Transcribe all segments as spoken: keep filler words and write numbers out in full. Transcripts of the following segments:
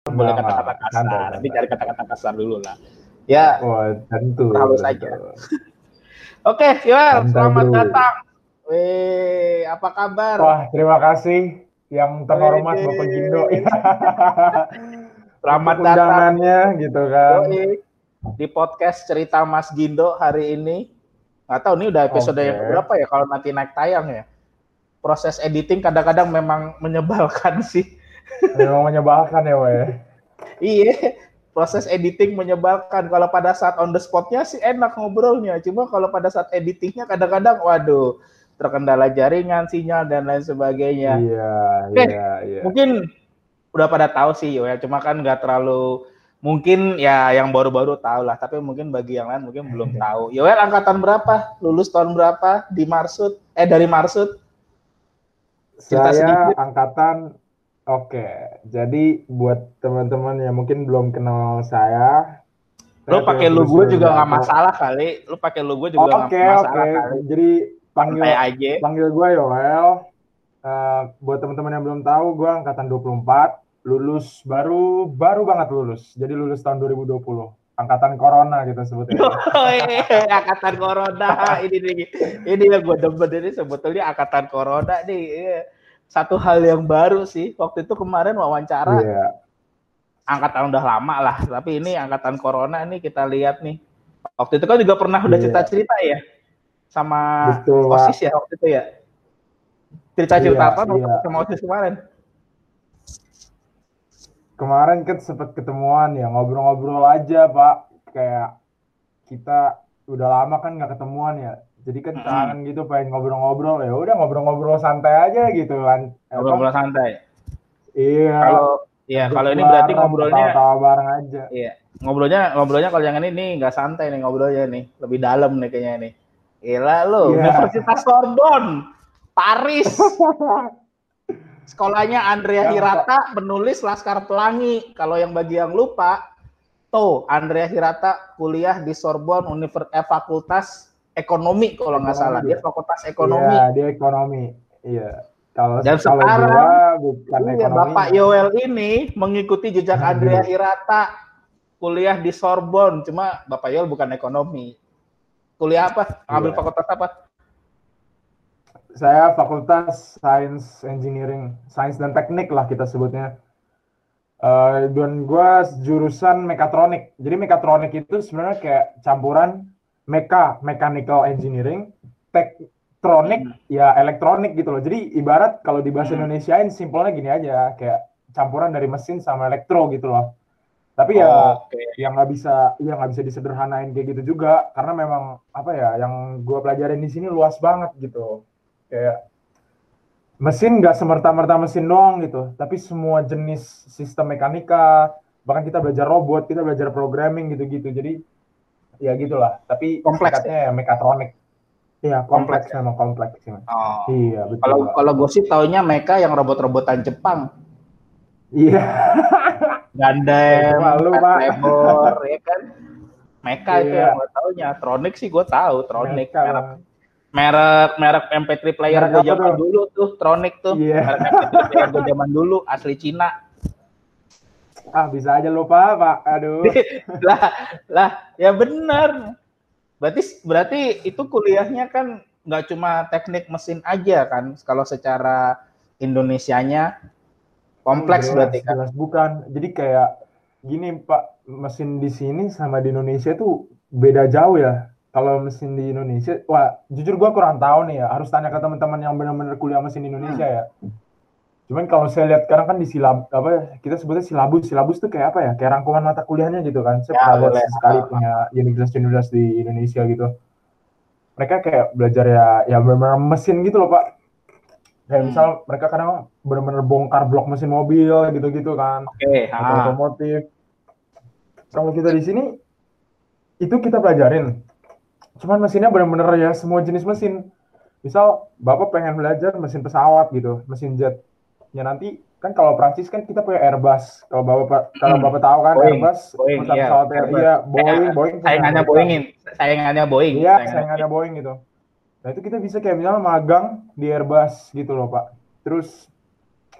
boleh Enggak, kata-kata enggak. Santai, kasar, tapi santai. cari kata-kata kasar dulu lah. Ya, Wah, tentu. halus tentu. aja. Oke, Yoel, Santai, selamat bro. datang. Weh, apa kabar? Wah, terima kasih yang terhormat Bapak Gindo. Weh, Untuk selamat datang undangannya gitu kan. Yoi, di podcast Cerita Mas Gindo hari ini. Nggak tahu ini udah episode Oke. yang berapa ya kalau nanti naik tayang ya. Proses editing kadang-kadang memang menyebalkan sih. Memang menyebalkan ya, weh. Iya, proses editing menyebalkan. Kalau pada saat on the spot-nya sih enak ngobrolnya. Cuma kalau pada saat editingnya kadang-kadang, waduh, terkendala jaringan, sinyal, dan lain sebagainya. Iya, Oke, iya, iya. mungkin udah pada tahu sih, ya. Cuma kan nggak terlalu, mungkin ya yang baru-baru tahu lah. Tapi mungkin bagi yang lain mungkin belum tahu. Yoel angkatan berapa? Lulus tahun berapa? Di Marsud? Eh, dari Marsud? Cerita Saya sedikit. angkatan, oke. Jadi buat teman-teman yang mungkin belum kenal saya, Lu saya pakai lu Theophilus gue juga nggak Yuldiarto. masalah kali. Lu pakai lu gue juga nggak Oke, oke. masalah kali. Jadi panggil Santai aja. panggil gue Yoel. Uh, buat teman-teman yang belum tahu, gue angkatan dua puluh empat, lulus baru baru banget lulus. Jadi lulus tahun dua ribu dua puluh. Angkatan corona kita sebutnya. Angkatan corona ini nih. Ini yang gue demen ini sebetulnya angkatan corona nih. Satu hal yang baru sih. Waktu itu kemarin wawancara. Yeah. Angkatan udah lama lah, tapi ini angkatan corona nih kita lihat nih. Waktu itu kan juga pernah udah Yeah. cerita-cerita ya sama Betul, OSIS ya waktu itu ya. Cerita-cerita yeah, apa yeah. sama OSIS kemarin? Kemarin kan sempat ketemuan ya, ngobrol-ngobrol aja Pak. Kayak kita udah lama kan nggak ketemuan ya. Jadi kan Mm-hmm. kangen gitu, pengen ngobrol-ngobrol. Ya udah ngobrol-ngobrol santai aja gitu kan. Ngobrol-ngobrol santai. Iya. Kalau ya kalau ini berarti ngobrolnya tawa bareng aja. Iya. Ngobrolnya ngobrolnya kalau yang ini nih nggak santai nih ngobrolnya nih, lebih dalam nih kayaknya nih. Gila lu, yeah. Universitas Sorbonne, Paris. Sekolahnya Andrea Hirata, penulis Laskar Pelangi. Kalau yang bagi yang lupa, tuh Andrea Hirata kuliah di Sorbonne Universitas eh, Fakultas Ekonomi kalau nggak salah. Dia Fakultas Ekonomi. Iya, dia ekonomi. Iya. Kalau Dan kalau sekarang gua bukan iya, Bapak Yoel ini mengikuti jejak Andrea Hirata, kuliah di Sorbonne. Cuma Bapak Yoel bukan ekonomi. Kuliah apa? Ambil yeah. Fakultas apa? Saya Fakultas Sains Engineering, Sains dan Teknik lah kita sebutnya. Uh, dan gue jurusan mekatronik. Jadi mekatronik itu sebenarnya kayak campuran meka, mechanical engineering, tektronik, hmm. ya elektronik gitu loh. Jadi ibarat kalau di bahasa hmm. Indonesiain simpelnya gini aja, kayak campuran dari mesin sama elektro gitu loh. Tapi ya oh, okay. yang nggak bisa, ya nggak bisa disederhanain kayak gitu juga, karena memang apa ya, yang gue pelajarin di sini luas banget gitu. Kayak mesin nggak semerta-merta mesin doang gitu, tapi semua jenis sistem mekanika, bahkan kita belajar robot, kita belajar programming gitu-gitu. Jadi ya gitulah. Tapi kompleks ya, ya mekatronik. Iya kompleks, kompleks memang kompleks sih. Oh. Iya betul. Kalau kalau gue sih taunya meka yang robot-robotan Jepang. Iya. Gundam, Lebor, ya kan? Meka iya. Itu yang gue taunya. Tronic sih gue tahu, Tronic. Meka, merek, merek merek M P tiga player gue zaman tuh? dulu tuh, Tronic tuh. Iya. Merek M P tiga player gue zaman dulu, asli Cina. Ah bisa aja lupa Pak, aduh. lah, lah, ya benar. Berarti berarti itu kuliahnya kan nggak cuma teknik mesin aja kan? Kalau secara Indonesianya kompleks jelas, berarti kan? Jelas bukan. Jadi kayak gini Pak, mesin di sini sama di Indonesia tuh beda jauh ya. Kalau mesin di Indonesia, wah jujur gue kurang tahu nih ya. Harus tanya ke teman-teman yang benar-benar kuliah mesin di Indonesia hmm. ya. Cuman kalau saya lihat sekarang kan di silab apa kita sebutnya silabus, silabus tuh kayak apa ya? Kayak rangkuman mata kuliahnya gitu kan. Saya ya, pernah lihat sekali punya universitas-universitas di Indonesia gitu. Mereka kayak belajar ya ya benar-benar mesin gitu loh Pak. Kayak hmm. misal mereka kadang benar-benar bongkar blok mesin mobil gitu-gitu kan. Oke, okay, otomotif. Kalau kita di sini itu kita pelajarin. Cuman mesinnya benar-benar ya semua jenis mesin. Misal Bapak pengen belajar mesin pesawat gitu, mesin jet. Ya nanti kan kalau Prancis kan kita punya Airbus. Kalau Bapak kalau hmm. Bapak tahu kan Boeing, Airbus Boeing, pesawat iya, pesawat iya, Boeing, eh, Boeing saingannya Boeing, saingannya Boeing. Iya, saingannya Boeing gitu. Nah, itu kita bisa kayak misalnya magang di Airbus gitu loh, Pak. Terus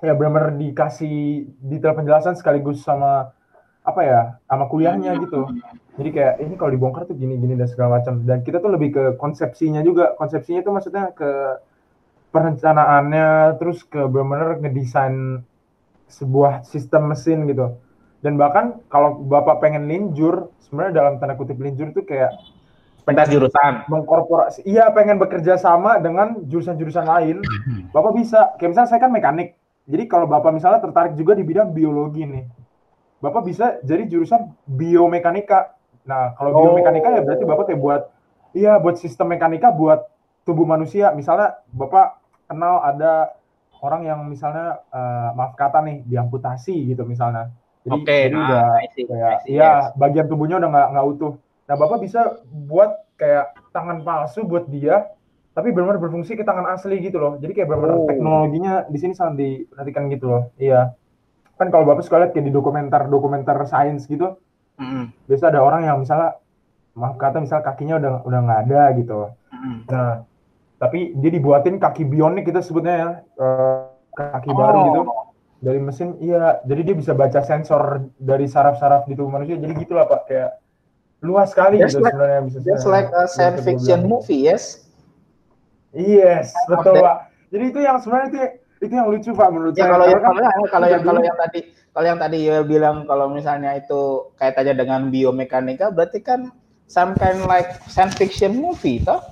ya benar-benar dikasih detail penjelasan sekaligus sama apa ya, sama kuliahnya gitu. Jadi kayak ini kalau dibongkar tuh gini-gini dan segala macam. Dan kita tuh lebih ke konsepsinya juga. Konsepsinya tuh maksudnya ke perencanaannya, terus ke benar-benar ngedesain sebuah sistem mesin gitu. Dan bahkan kalau Bapak pengen linjur, sebenarnya dalam tanda kutip linjur tuh kayak Pentas jurusan. mengkorporasi, iya pengen bekerja sama dengan jurusan-jurusan lain, Bapak bisa. Kayak misalnya saya kan mekanik, jadi kalau Bapak misalnya tertarik juga di bidang biologi nih, Bapak bisa jadi jurusan biomekanika. Nah, kalau Oh. biomekanika ya berarti Bapak kayak buat, iya buat sistem mekanika buat tubuh manusia. Misalnya Bapak kenal ada orang yang misalnya, uh, maaf kata nih, diamputasi gitu misalnya. Jadi, Oke, jadi ah, udah I see, kayak, I see, ya yes. bagian tubuhnya udah nggak nggak utuh. Nah, Bapak bisa buat kayak tangan palsu buat dia, tapi benar-benar berfungsi ke tangan asli gitu loh. Jadi kayak benar-benar Oh. teknologinya di sini sangat diperhatikan gitu loh. Iya. Kan kalau Bapak suka lihat kayak di dokumenter-dokumenter sains gitu, Mm-hmm. biasa ada orang yang misalnya, maaf kata misalnya kakinya udah udah nggak ada gitu. Mm-hmm. Nah, tapi dia dibuatin kaki bionik kita sebutnya ya, uh, kaki Oh. baru gitu dari mesin. Iya, jadi dia bisa baca sensor dari saraf-saraf di tubuh manusia. Jadi gitulah Pak, kayak luas sekali Just gitu like, sebenarnya bisa. just like a science fiction movie, yes. Yes, betul Pak. Jadi itu yang sebenarnya itu itu yang lucu Pak menurut ya, saya. kalau yang, kan, kalau, kalau yang kalau yang tadi kalau yang tadi ya bilang kalau misalnya itu kaitannya dengan biomekanika, berarti kan some kind like science fiction movie, toh?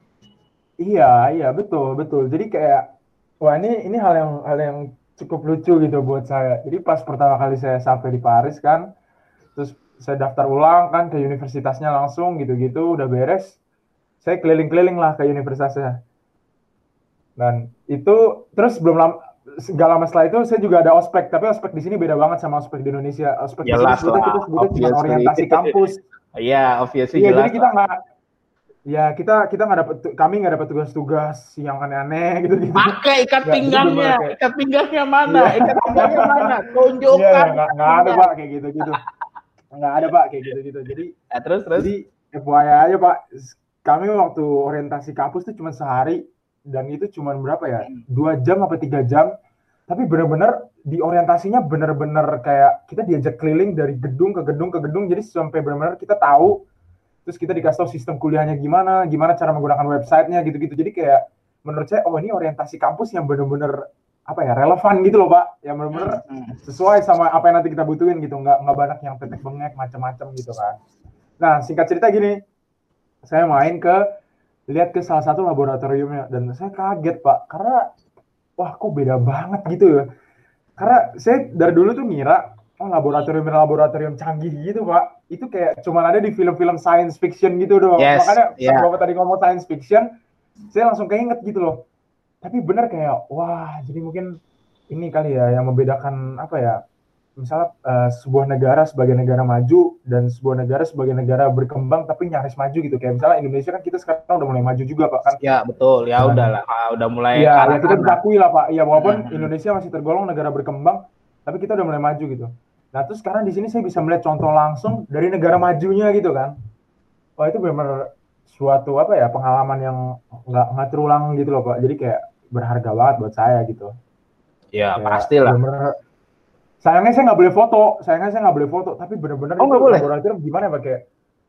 Iya, iya betul betul. Jadi kayak wah ini ini hal yang hal yang cukup lucu gitu buat saya. Jadi pas pertama kali saya sampai di Paris kan, terus saya daftar ulang kan ke universitasnya langsung gitu-gitu, udah beres. Saya keliling-keliling lah ke universitasnya. Dan itu terus belum lama, gak lama setelah itu saya juga ada ospek, tapi ospek di sini beda banget sama ospek di Indonesia. Ospek di sini sebetulnya kita sebutnya cuma orientasi kampus. Iya, yeah, obviously yeah, jelas. Jadi kita nggak, ya kita kita nggak dapat, kami nggak dapat tugas-tugas yang aneh-aneh gitu gitu. Pakai ikat pinggangnya, kayak, ikat pinggangnya mana? Yeah. Ikat pinggangnya mana? Tunjukkan. Iya, yeah, nggak ada Pak kayak gitu gitu. Nggak ada Pak kayak gitu gitu. Jadi ya, terus terus. Jadi F Y I aja Pak, kami waktu orientasi kampus tuh cuma sehari. Dan itu cuma berapa ya, dua jam apa tiga jam, tapi benar-benar di orientasinya benar-benar kayak kita diajak keliling dari gedung ke gedung ke gedung, jadi sampai benar-benar kita tahu, terus kita dikasih tahu sistem kuliahnya gimana, gimana cara menggunakan websitenya gitu-gitu. Jadi kayak menurut saya, oh ini orientasi kampus yang benar-benar apa ya, relevan gitu loh Pak, yang benar-benar sesuai sama apa yang nanti kita butuhin gitu, nggak nggak banyak yang tetek bengek macam-macam gitu kan. Nah singkat cerita gini, saya main ke lihat ke salah satu laboratoriumnya dan saya kaget Pak, karena wah kok beda banget gitu ya. Karena saya dari dulu tuh ngira oh laboratorium-laboratorium canggih gitu Pak, itu kayak cuma ada di film-film science fiction gitu doang. Yes, makanya yeah. Bapak tadi ngomong science fiction, saya langsung keinget gitu loh. Tapi bener kayak wah, jadi mungkin ini kali ya yang membedakan apa ya, misalnya uh, sebuah negara sebagai negara maju dan sebuah negara sebagai negara berkembang tapi nyaris maju gitu. Kayak misalnya Indonesia kan kita sekarang udah mulai maju juga Pak kan. Ya betul, ya udah lah, udah mulai. Ya, ya kita diakui lah Pak. Ya walaupun hmm. Indonesia masih tergolong negara berkembang, tapi kita udah mulai maju gitu. Nah terus sekarang di sini saya bisa melihat contoh langsung dari negara majunya gitu kan. Wah itu benar-benar suatu apa ya, pengalaman yang nggak nggak terulang gitu loh Pak. Jadi kayak berharga banget buat saya gitu. Ya pastilah. Sayangnya saya nggak boleh foto, sayangnya saya nggak boleh foto, tapi benar-benar oh, itu laboratorium gimana ya Pak, kayak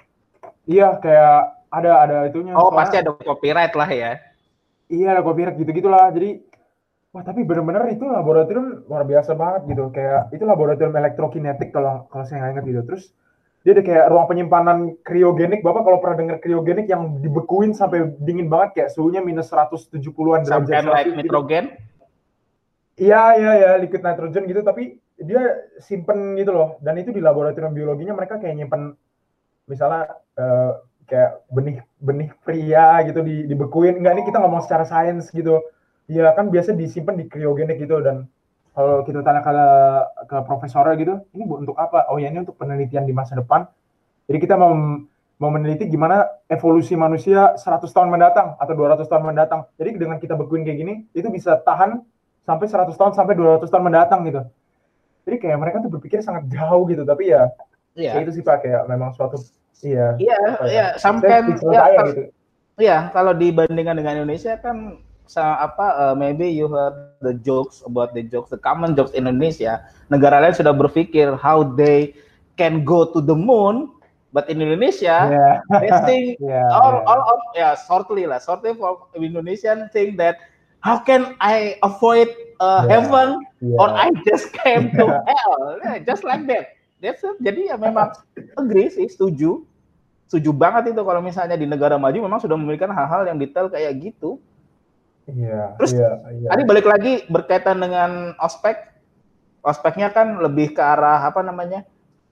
iya kayak ada ada itunya. Oh soalnya, pasti ada copyright lah ya. Iya ada copyright gitu-gitulah, jadi wah tapi benar-benar itu laboratorium luar biasa banget gitu, kayak itu laboratorium elektrokinetik kalau kalau saya nggak ingat gitu. Terus dia ada kayak ruang penyimpanan kriogenik, Bapak kalau pernah dengar kriogenik yang dibekuin sampai dingin banget kayak suhunya minus seratus tujuh puluhan derajat Celsius. Like nitrogen? Iya iya ya liquid nitrogen gitu, tapi dia simpen gitu loh. Dan itu di laboratorium biologinya mereka kayak nyimpen misalnya uh, kayak benih benih pria gitu di dibekuin. Enggak, ini kita ngomong secara sains gitu. Iya kan biasa disimpan di kriogenik gitu. Dan kalau kita tanya ke ke profesornya gitu, ini untuk apa? Oh ya ini untuk penelitian di masa depan. Jadi kita mau mau meneliti gimana evolusi manusia seratus tahun mendatang atau dua ratus tahun mendatang. Jadi dengan kita bekuin kayak gini, itu bisa tahan sampai seratus tahun sampai dua ratus tahun mendatang gitu. Jadi kayak mereka tuh berpikir sangat jauh gitu, tapi ya, ya. ya itu sih Pak, kayak memang suatu iya. Iya, iya, sampai ya, ya, gitu. Iya, kalau dibandingkan dengan Indonesia kan sa- apa uh, maybe you heard the jokes about the jokes, the common jokes Indonesia. Negara lain sudah berpikir how they can go to the moon, but in Indonesia Yeah. they think Yeah, all yeah. all of ya shortly lah, shortly for Indonesian think that how can I avoid uh, Yeah. heaven or Yeah. I just came to Yeah. hell, yeah, just like that. That's it. Jadi ya memang agree sih, setuju. Setuju banget itu kalau misalnya di negara maju memang sudah memiliki hal-hal yang detail kayak gitu. Iya, Terus iya, iya. tadi balik lagi berkaitan dengan ospek, ospeknya kan lebih ke arah apa namanya?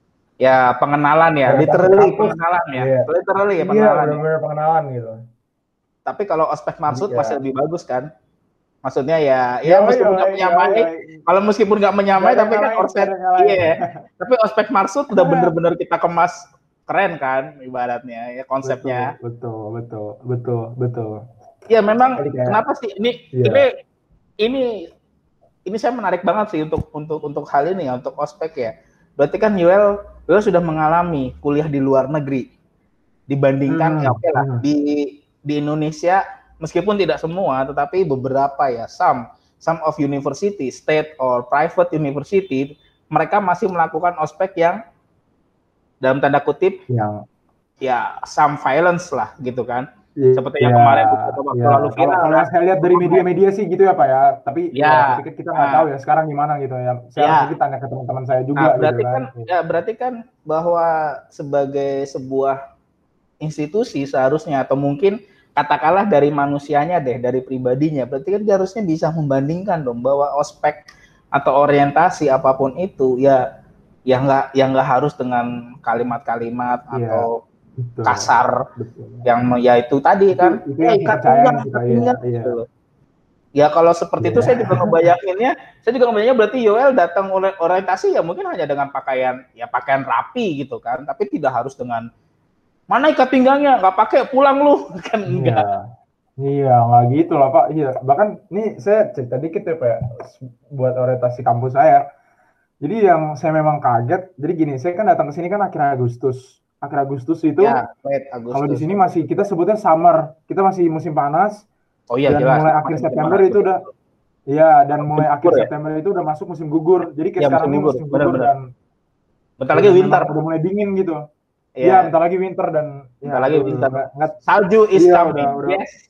Ya pengenalan ya, Orientasi literally kampus. pengenalan ya, Iya. literally ya Iya, pengenalan. Ya. benar-benar pengenalan gitu. Tapi kalau ospek maksud Jadi masih ya. lebih bagus kan? Maksudnya ya, Yo, ya meskipun yo, nggak yo, menyamai, yo. kalau meskipun nggak menyamai, Nggak ada tapi kan ngalahin, ospek, nggak ada ngalahin. iya. Tapi ospek maksud udah bener-bener kita kemas keren kan, ibaratnya ya konsepnya. Betul, betul, betul, betul. Ya memang Jadi kayak- kenapa sih ini Iya. ini ini ini saya menarik banget sih untuk untuk untuk hal ini ya, untuk ospek ya. Berarti kan Yuel Yuel sudah mengalami kuliah di luar negeri dibandingkan Hmm, ya oke lah hmm. di di Indonesia meskipun tidak semua tetapi beberapa ya some some of university state or private university mereka masih melakukan ospek yang dalam tanda kutip Yang ya some violence lah gitu kan. Iya, Seperti yang kemarin beberapa waktu iya. lalu Kalau viral. kalau yang saya lihat dari media-media sih gitu ya Pak ya. Tapi Ya. ya, saya pikir kita nggak Nah. tahu ya sekarang gimana gitu ya. Saya Ya. harus mungkin tanya ke teman-teman saya juga Nah, berarti gitu kan. kan ya berarti kan bahwa sebagai sebuah institusi seharusnya atau mungkin katakanlah dari manusianya deh, dari pribadinya, berarti kan dia harusnya bisa membandingkan dong bahwa ospek atau orientasi apapun itu ya yang nggak yang nggak harus dengan kalimat-kalimat Iya, atau betul, kasar betul. yang ya itu tadi Itu- kan itu ya yang ikat dipercayain pinggang, sih, ikat Pak. pinggang Iya, iya. gitu loh. Ya kalau seperti itu Iya. saya juga ngebayanginnya, saya juga ngebayanginnya berarti Yoel datang ori- orientasi ya mungkin hanya dengan pakaian ya pakaian rapi gitu kan, tapi tidak harus dengan mana ikat pinggangnya nggak pakai pulang lu kan enggak. Iya, iya nggak gitu lah Pak. Iya, bahkan nih saya cerita dikit ya Pak ya, buat orientasi kampus saya. Jadi yang saya memang kaget, jadi gini, saya kan datang ke sini kan akhir Agustus. Akhir Agustus itu, Ya, wait, Agustus. kalau di sini masih kita sebutnya summer, kita masih musim panas. Oh iya dan jelas. mulai akhir Musim September panas, itu betul. udah, iya dan mulai Gugur akhir ya? September itu udah masuk musim gugur. Jadi kayak Iya, sekarang musim ini gugur, musim gugur benar-benar. dan Bentar lagi dan winter. memang udah mulai dingin gitu. Iya. Iya, bentar lagi winter dan Bentar ya, lagi aduh, winter. nggak- nggak- Salju is Iya, coming. udah- udah. Yes.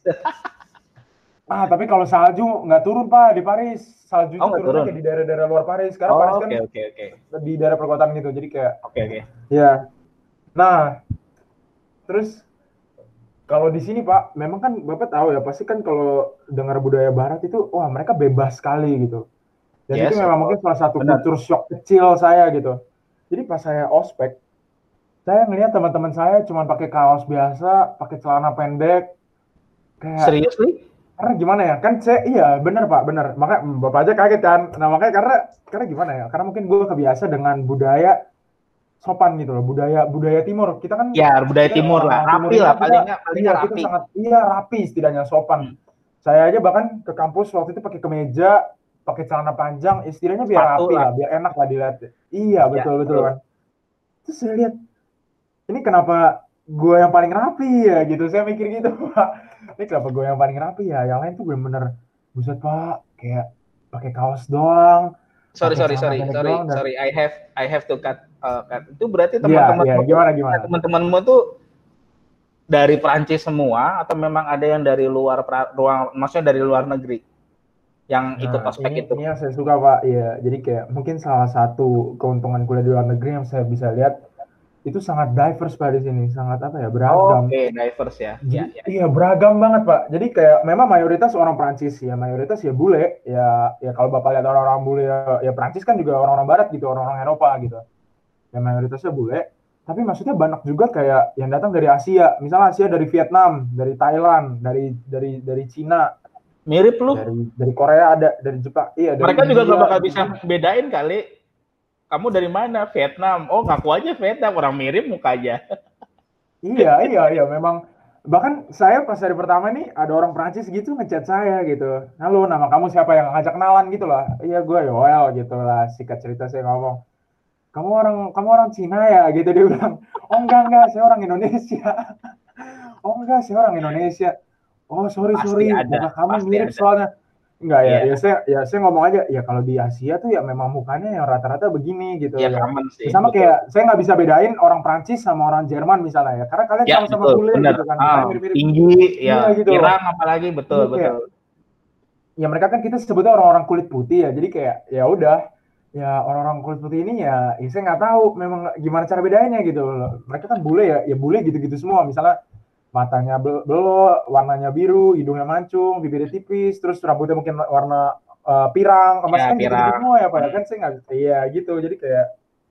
Ah, tapi kalau salju nggak turun Pak di Paris. Salju Oh, nggak itu turunnya turun. kayak di daerah-daerah luar Paris. Karena Oh, Paris oke kan oke oke. di daerah perkotaan gitu. Jadi kayak Oke oke. ya. Nah, terus kalau di sini Pak, memang kan Bapak tahu ya, pasti kan kalau dengar budaya Barat itu, wah mereka bebas sekali gitu. Dan Yes, itu memang of mungkin salah satu Benar. kultur shock kecil saya gitu. Jadi pas saya ospek, saya ngelihat teman-teman saya cuma pakai kaos biasa, pakai celana pendek, kayak Seriously? karena gimana ya, kan saya iya bener Pak, bener. Makanya hmm, Bapak aja kaget kan. Nah makanya karena karena gimana ya? Karena mungkin gue kebiasa dengan budaya sopan gitu loh, budaya budaya timur. Kita kan Ya, budaya kita timur lah, orang rapi timur lah, ini paling kita- nggak paling iya, nggak kita rapi. sangat iya rapi setidaknya sopan. Hmm. Saya aja bahkan ke kampus waktu itu pakai kemeja, pakai celana panjang, istilahnya biar Sepatu rapi lah. lah, biar enak lah dilihat. Iya betul betul betul. kan. Terus saya lihat ini kenapa gue yang paling rapi ya gitu, saya mikir gitu Pak. Ini kenapa gue yang paling rapi ya? Yang lain tuh bener-bener buset Pak, kayak pakai kaos doang. Sorry pakai sorry celana sorry pendek sorry doang dan- sorry I have I have to cut. uh, cut. Itu berarti Iya, teman-teman iya, gimana gimana? teman-temanmu tuh dari Perancis semua atau memang ada yang dari luar pra- ruang maksudnya dari luar negeri yang ikut Nah, ospek ini, itu? ini yang saya suka Pak, iya. Jadi kayak mungkin salah satu keuntungan kuliah di luar negeri yang saya bisa lihat itu sangat diverse Pak di sini, sangat apa ya Oke, beragam. diverse ya. Ya, Jadi, ya. iya beragam banget Pak. Jadi kayak memang mayoritas orang Prancis ya, mayoritas ya bule ya. Ya kalau Bapak lihat orang-orang bule ya, ya Prancis kan juga orang-orang Barat gitu, orang-orang Eropa gitu. Ya mayoritasnya bule. Tapi maksudnya banyak juga kayak yang datang dari Asia, misalnya Asia dari Vietnam, dari Thailand, dari dari dari Cina, Mirip lu. dari dari Korea ada, dari Jepang, iya. Dari Mereka juga India, gak bakal gitu. bisa bedain kali. Kamu dari mana? Vietnam. Oh, ngaku aja Vietnam. Orang mirip mukanya. Iya, iya, iya, memang. Bahkan saya pas hari pertama nih ada orang Prancis gitu ngechat saya gitu. Halo, nama kamu siapa, yang ngajak kenalan gitu lah. Iya, gue Yoel gitu lah. Singkat cerita saya ngomong, kamu orang kamu orang Cina ya gitu, dia bilang. Oh enggak enggak, saya orang Indonesia. Oh enggak, saya orang Indonesia. oh sorry Pasti sorry, ada, muka kamu pasti mirip ada. soalnya. Enggak ya, Iya. ya saya ya saya ngomong aja ya kalau di Asia tuh ya memang mukanya yang rata-rata begini gitu Ya ya. common sih, Sama betul. kayak saya nggak bisa bedain orang Prancis sama orang Jerman misalnya ya, karena kalian Ya sama-sama betul, bule benar. gitu kan, mukanya Ah, mirip-mirip. tinggi, Iya ya gitu. pirang apalagi, betul, Iya kayak betul. ya mereka kan kita sebutnya orang-orang kulit putih ya, jadi kayak ya udah ya orang-orang kulit putih ini ya, ya saya nggak tahu memang gimana cara bedainnya gitu loh. Mereka kan bule ya, ya bule gitu-gitu semua. Misalnya matanya belok, warnanya biru, hidungnya mancung, bibirnya tipis, terus rambutnya mungkin warna uh, pirang, emas Ya kan gitu-gitu pirang. semua ya Pak ya Hmm. kan saya nggak, iya gitu. Jadi kayak,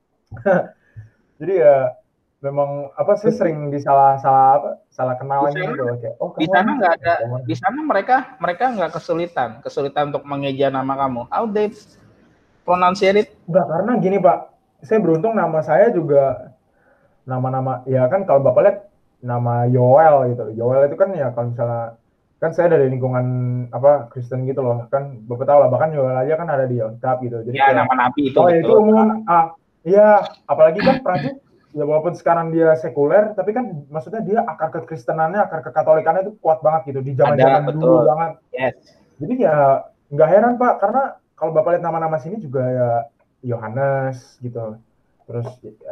jadi ya memang apa sih sering disalah salah apa salah Di kenalin sana, gitu kayak oh di kamu sana orang nggak ada, kamu di sana mereka mereka nggak kesulitan, kesulitan untuk mengeja nama kamu. How they pronounce it? enggak karena gini Pak, saya beruntung nama saya juga nama-nama ya kan kalau Bapak lihat nama Yoel gitu. Yoel itu kan ya kalau misalnya kan saya dari lingkungan apa Kristen gitu loh kan Bapak tahu lah bahkan Yoel aja kan ada di Alkitab gitu. Jadi Ya kayak nama nabi itu oh ya itu betul. umum ah iya apalagi kan Prancis ya walaupun sekarang dia sekuler tapi kan maksudnya dia akar kekristenannya akar kekatolikannya itu kuat banget gitu di Ada zaman-zaman dulu betul. banget. Yes. Jadi ya nggak heran Pak karena kalau Bapak lihat nama-nama sini juga ya Yohanes gitu. Terus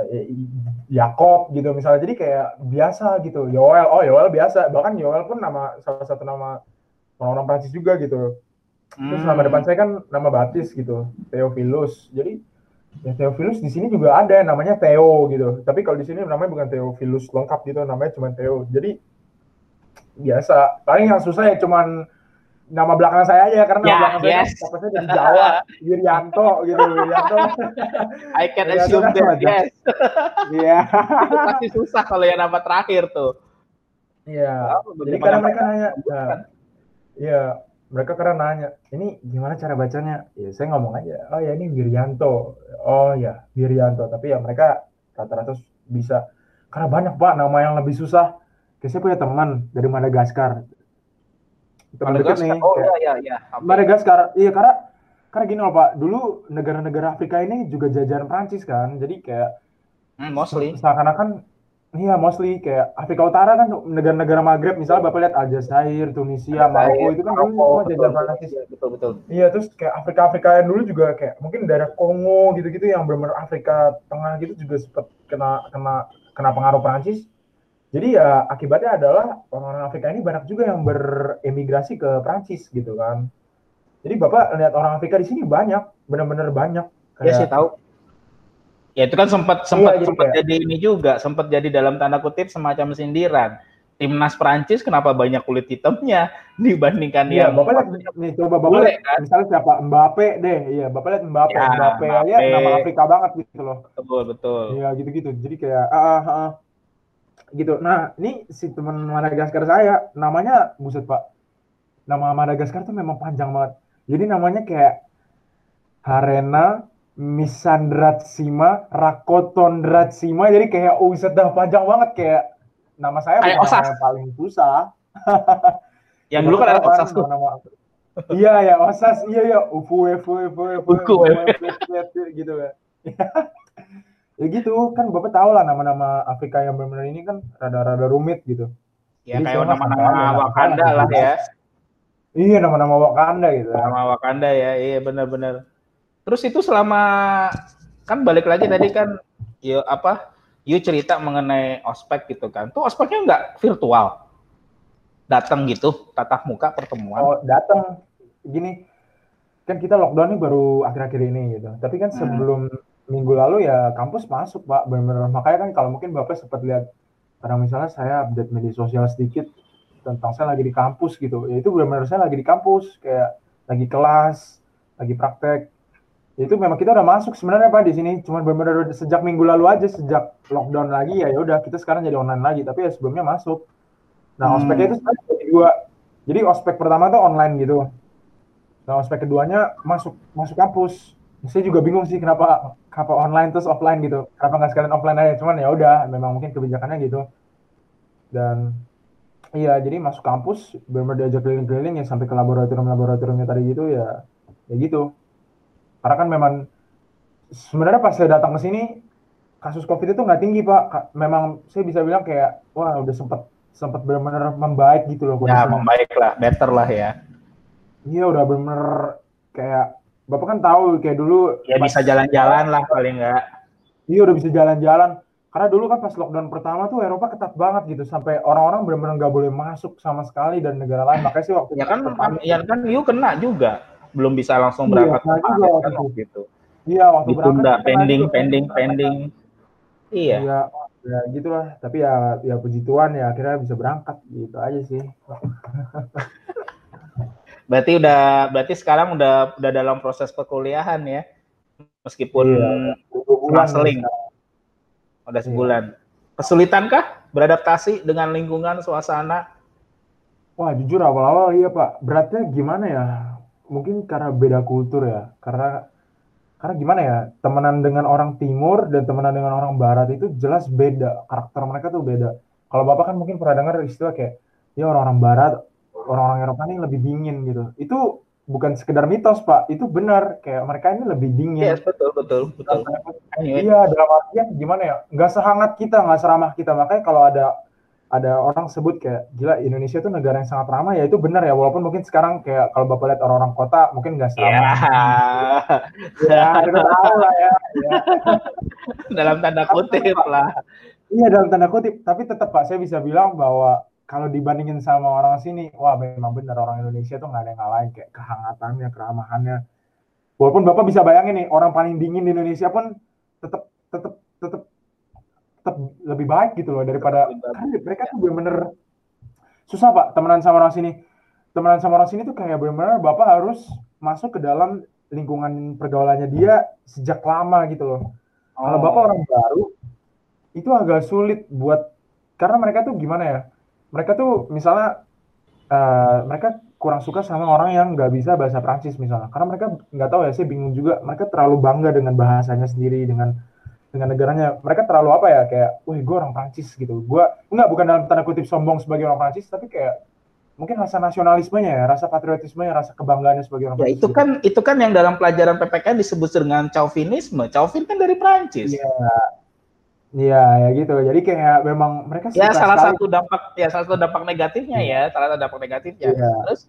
Yakob gitu misalnya. Jadi kayak biasa gitu. Yoel, oh Yoel biasa. Bahkan Yoel pun nama salah satu nama orang-orang Prancis juga gitu. Terus nama Hmm. depan saya kan nama baptis gitu, Theophilus. Jadi ya Theophilus di sini juga ada namanya Theo gitu. Tapi kalau di sini namanya bukan Theophilus lengkap gitu, namanya cuma Theo. Jadi biasa. Paling yang susah ya cuman nama belakang saya aja karena nama Ya, belakang saya kan yes. siapa dari Jawa, Wiryanto gitu, Wiryanto. I can Wiryanto assume kan that, wajah. yes. Iya. Itu pasti susah kalau yang nama terakhir tuh. Iya. Oh, Jadi bagaimana kadang mereka mereka nanya, menyebutkan? nah, iya, mereka kadang nanya, ini gimana cara bacanya? Ya saya ngomong aja, oh ya ini Wiryanto. Oh ya, Wiryanto. Tapi ya mereka rata-rata bisa. Karena banyak Pak nama yang lebih susah. Kayak saya punya teman dari Madagaskar. Teman deket Madagaskar. nih, Oh kayak iya iya iya. Oke. Okay. Madagaskar. Iya karena karena gini loh Pak, dulu negara-negara Afrika ini juga jajahan Prancis kan. Jadi kayak Hmm, mostly. seakan-akan iya mostly kayak Afrika Utara kan negara-negara Maghreb misalnya Bapak lihat Aljazair, Tunisia, Maroko itu kan dulu Maroko, semua betul, jajahan Prancis. betul, betul, betul. Iya terus kayak Afrika-Afrika yang dulu juga kayak mungkin daerah Kongo gitu-gitu yang benar-benar Afrika Tengah gitu juga sempat kena kena kena pengaruh Prancis. Jadi ya akibatnya adalah orang-orang Afrika ini banyak juga yang beremigrasi ke Prancis gitu kan. Jadi Bapak lihat orang Afrika di sini banyak, benar-benar banyak. Ya sih Kayak tahu. Ya itu kan sempat iya, sempat jadi sempat kayak, jadi ini juga, sempat jadi dalam tanda kutip semacam sindiran. Timnas Prancis kenapa banyak kulit hitamnya dibandingkan iya, yang Bapak lihat nih coba Bapak bule lihat kan? misalnya siapa Mbappe deh, iya Bapak lihat Mbappe, Ya, Mbappe aja Mbappe, nama Afrika banget gitu loh. betul betul. Iya gitu-gitu. Jadi kayak ah, ah, ah, gitu. Nah, ini si teman Madagaskar saya namanya buset Pak. Nama Madagaskar tuh memang panjang banget. Jadi namanya kayak Harena Misandratsima Rakotondratsima. Jadi kayak oh dah panjang banget kayak nama saya Kayak bukan nama Osas. yang paling susah. Yang Ya, dulu Bapak kan tahu ada kan Osas tuh. nama-nama iya ya Osas iya ya ufu ufu ufu ufu Buku gitu kan. Ya gitu kan Bapak tahu lah nama-nama Afrika yang benar-benar ini kan rada-rada rumit gitu. ya Jadi saya kayak mah santai aja nama-nama nama saya Wakanda masih lah susah. ya. Iya nama-nama Wakanda gitu. Nama Wakanda ya, iya benar-benar. Terus itu selama kan balik lagi tadi kan, ya apa? You cerita mengenai ospek gitu kan. Tuh ospeknya nggak virtual, datang gitu, tatap muka pertemuan. Oh datang gini kan kita lockdown nih baru akhir-akhir ini gitu. Tapi kan Hmm. sebelum minggu lalu ya kampus masuk Pak benar-benar makanya kan kalau mungkin Bapak sempat lihat karena misalnya saya update media sosial sedikit tentang saya lagi di kampus gitu. Ya itu benar-benar saya lagi di kampus kayak lagi kelas, lagi praktek. Ya itu memang kita udah masuk sebenarnya Pak di sini. Cuman benar-benar sejak minggu lalu aja sejak lockdown lagi ya udah kita sekarang jadi online lagi tapi ya sebelumnya masuk. Nah, Hmm. ospeknya itu sebenarnya ada dua. Jadi ospek pertama tuh online gitu. Nah, ospek keduanya masuk masuk kampus. Saya juga bingung sih kenapa kenapa online terus offline gitu. Kenapa nggak sekalian offline aja? Cuman ya udah, memang mungkin kebijakannya gitu. Dan iya, jadi masuk kampus benar-benar diajak keliling-keliling ya sampai ke laboratorium-laboratoriumnya tadi gitu ya. Ya gitu. Karena kan memang sebenarnya pas saya datang ke sini kasus Covid itu nggak tinggi Pak. Memang saya bisa bilang kayak wah udah sempet sempat benar-benar membaik gitu loh Ya, kondisinya. membaik lah, better lah ya. Iya udah bener kayak Bapak kan tahu kayak dulu Ya pas bisa jalan-jalan lah paling enggak. iya udah bisa jalan-jalan. Karena dulu kan pas lockdown pertama tuh Eropa ketat banget gitu sampai orang-orang benar-benar nggak boleh masuk sama sekali dari negara lain. Makanya sih waktu Ya itu kan, sempet kan panik. ya kan you kena juga. Belum bisa langsung Iya, berangkat ke kena juga Paris waktu kan itu. waktu itu. Iya, waktu berangkat Ditunda, sih kena pending, juga kan. pending, pending. Iya. Iya, ya gitulah. Tapi ya ya puji Tuhan ya akhirnya bisa berangkat gitu aja sih. Berarti udah berarti sekarang udah udah dalam proses perkuliahan ya. Meskipun Iya, dua bulan nih selang-seling. sekarang. Udah Iya. sebulan. Kesulitankah beradaptasi dengan lingkungan, suasana? Wah, jujur awal-awal iya Pak. Beratnya gimana ya? Mungkin karena beda kultur ya. Karena karena gimana ya? Temenan dengan orang timur dan temenan dengan orang barat itu jelas beda. Karakter mereka tuh beda. Kalau Bapak kan mungkin pernah dengar istilah kayak ya orang-orang barat, orang-orang Eropa ini lebih dingin gitu. Itu bukan sekedar mitos, Pak. Itu benar. Kayak mereka ini lebih dingin. Yes, betul, betul, betul. Iya, dalam artian gimana ya? Nggak sehangat kita, nggak seramah kita. Makanya kalau ada ada orang sebut kayak gila Indonesia itu negara yang sangat ramah ya itu benar ya walaupun mungkin sekarang kayak kalau Bapak lihat orang-orang kota mungkin nggak seramah Ya. ya kita tahu lah ya, ya. Dalam tanda kutip lah. Iya dalam tanda kutip tapi tetap Pak saya bisa bilang bahwa kalau dibandingin sama orang sini wah memang benar orang Indonesia tuh nggak ada yang ngalahin kayak kehangatannya keramahannya walaupun Bapak bisa bayangin nih orang paling dingin di Indonesia pun tetap tetap tetap tetap lebih baik gitu loh daripada kan mereka tuh bener-bener susah Pak temenan sama orang sini temenan sama orang sini tuh kayak bener-bener Bapak harus masuk ke dalam lingkungan pergaulannya dia sejak lama gitu loh oh. Kalau Bapak orang baru itu agak sulit buat karena mereka tuh gimana ya mereka tuh misalnya uh, mereka kurang suka sama orang yang nggak bisa bahasa Prancis misalnya karena mereka nggak tahu ya saya bingung juga mereka terlalu bangga dengan bahasanya sendiri dengan dengan negaranya mereka terlalu apa ya kayak, wih gue orang Prancis gitu, gue enggak bukan dalam tanda kutip sombong sebagai orang Prancis tapi kayak mungkin rasa nasionalismenya ya, rasa patriotismenya, rasa kebanggaannya sebagai orang ya, Prancis. Itu gitu. kan itu kan yang dalam pelajaran P P K disebut dengan chauvinisme, chauvin kan dari Prancis. Iya, iya ya gitu, jadi kayak memang mereka ya suka salah sekali. satu dampak ya salah satu dampak negatifnya ya, ya salah satu dampak negatifnya. Iya. Terus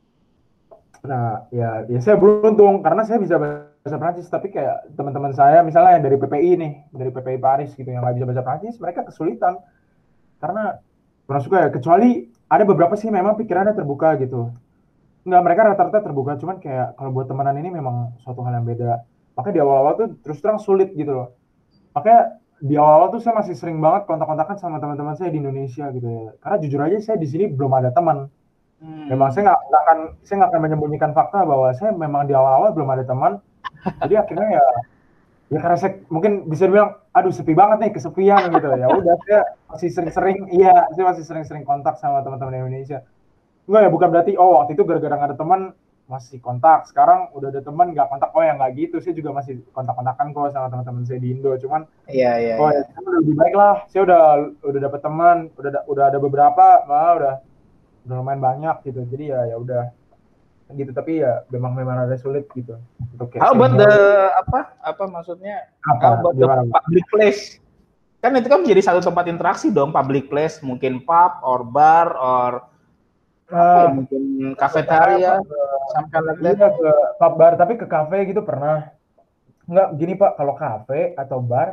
nah ya, ya saya beruntung karena saya bisa bahasa Prancis tapi kayak teman-teman saya misalnya yang dari P P I nih dari P P I Paris gitu yang nggak bisa bahasa Prancis mereka kesulitan karena kurang suka ya kecuali ada beberapa sih memang pikirannya terbuka gitu nggak mereka rata-rata terbuka cuman kayak kalau buat temenan ini memang suatu hal yang beda makanya di awal-awal tuh terus terang sulit gitu loh makanya di awal-awal tuh saya masih sering banget kontak-kontakan sama teman-teman saya di Indonesia gitu ya karena jujur aja saya di sini belum ada teman. Hmm. Memang saya nggak akan saya nggak akan menyembunyikan fakta bahwa saya memang di awal-awal belum ada teman. Jadi akhirnya ya ya karena saya mungkin bisa bilang aduh sepi banget nih kesepian gitu ya udah saya masih sering-sering iya saya masih sering-sering kontak sama teman-teman Indonesia. Enggak ya bukan berarti oh waktu itu gara-gara nggak ada teman masih kontak sekarang udah ada teman nggak kontak oh ya nggak gitu saya juga masih kontak-kontakan kok sama teman-teman saya di Indo cuman iya iya oh ya, ya udah lebih baik lah saya udah udah dapat teman udah udah ada beberapa malah udah udah lumayan banyak gitu jadi ya ya udah gitu tapi ya memang memang ada sulit gitu untuk how about the apa apa maksudnya apa, how about the public place kan itu kan menjadi satu tempat interaksi dong public place mungkin pub or bar or uh, apa ya, mungkin kafetaria sampai lagi iya, ke pub bar tapi ke kafe gitu pernah nggak gini Pak kalau kafe atau bar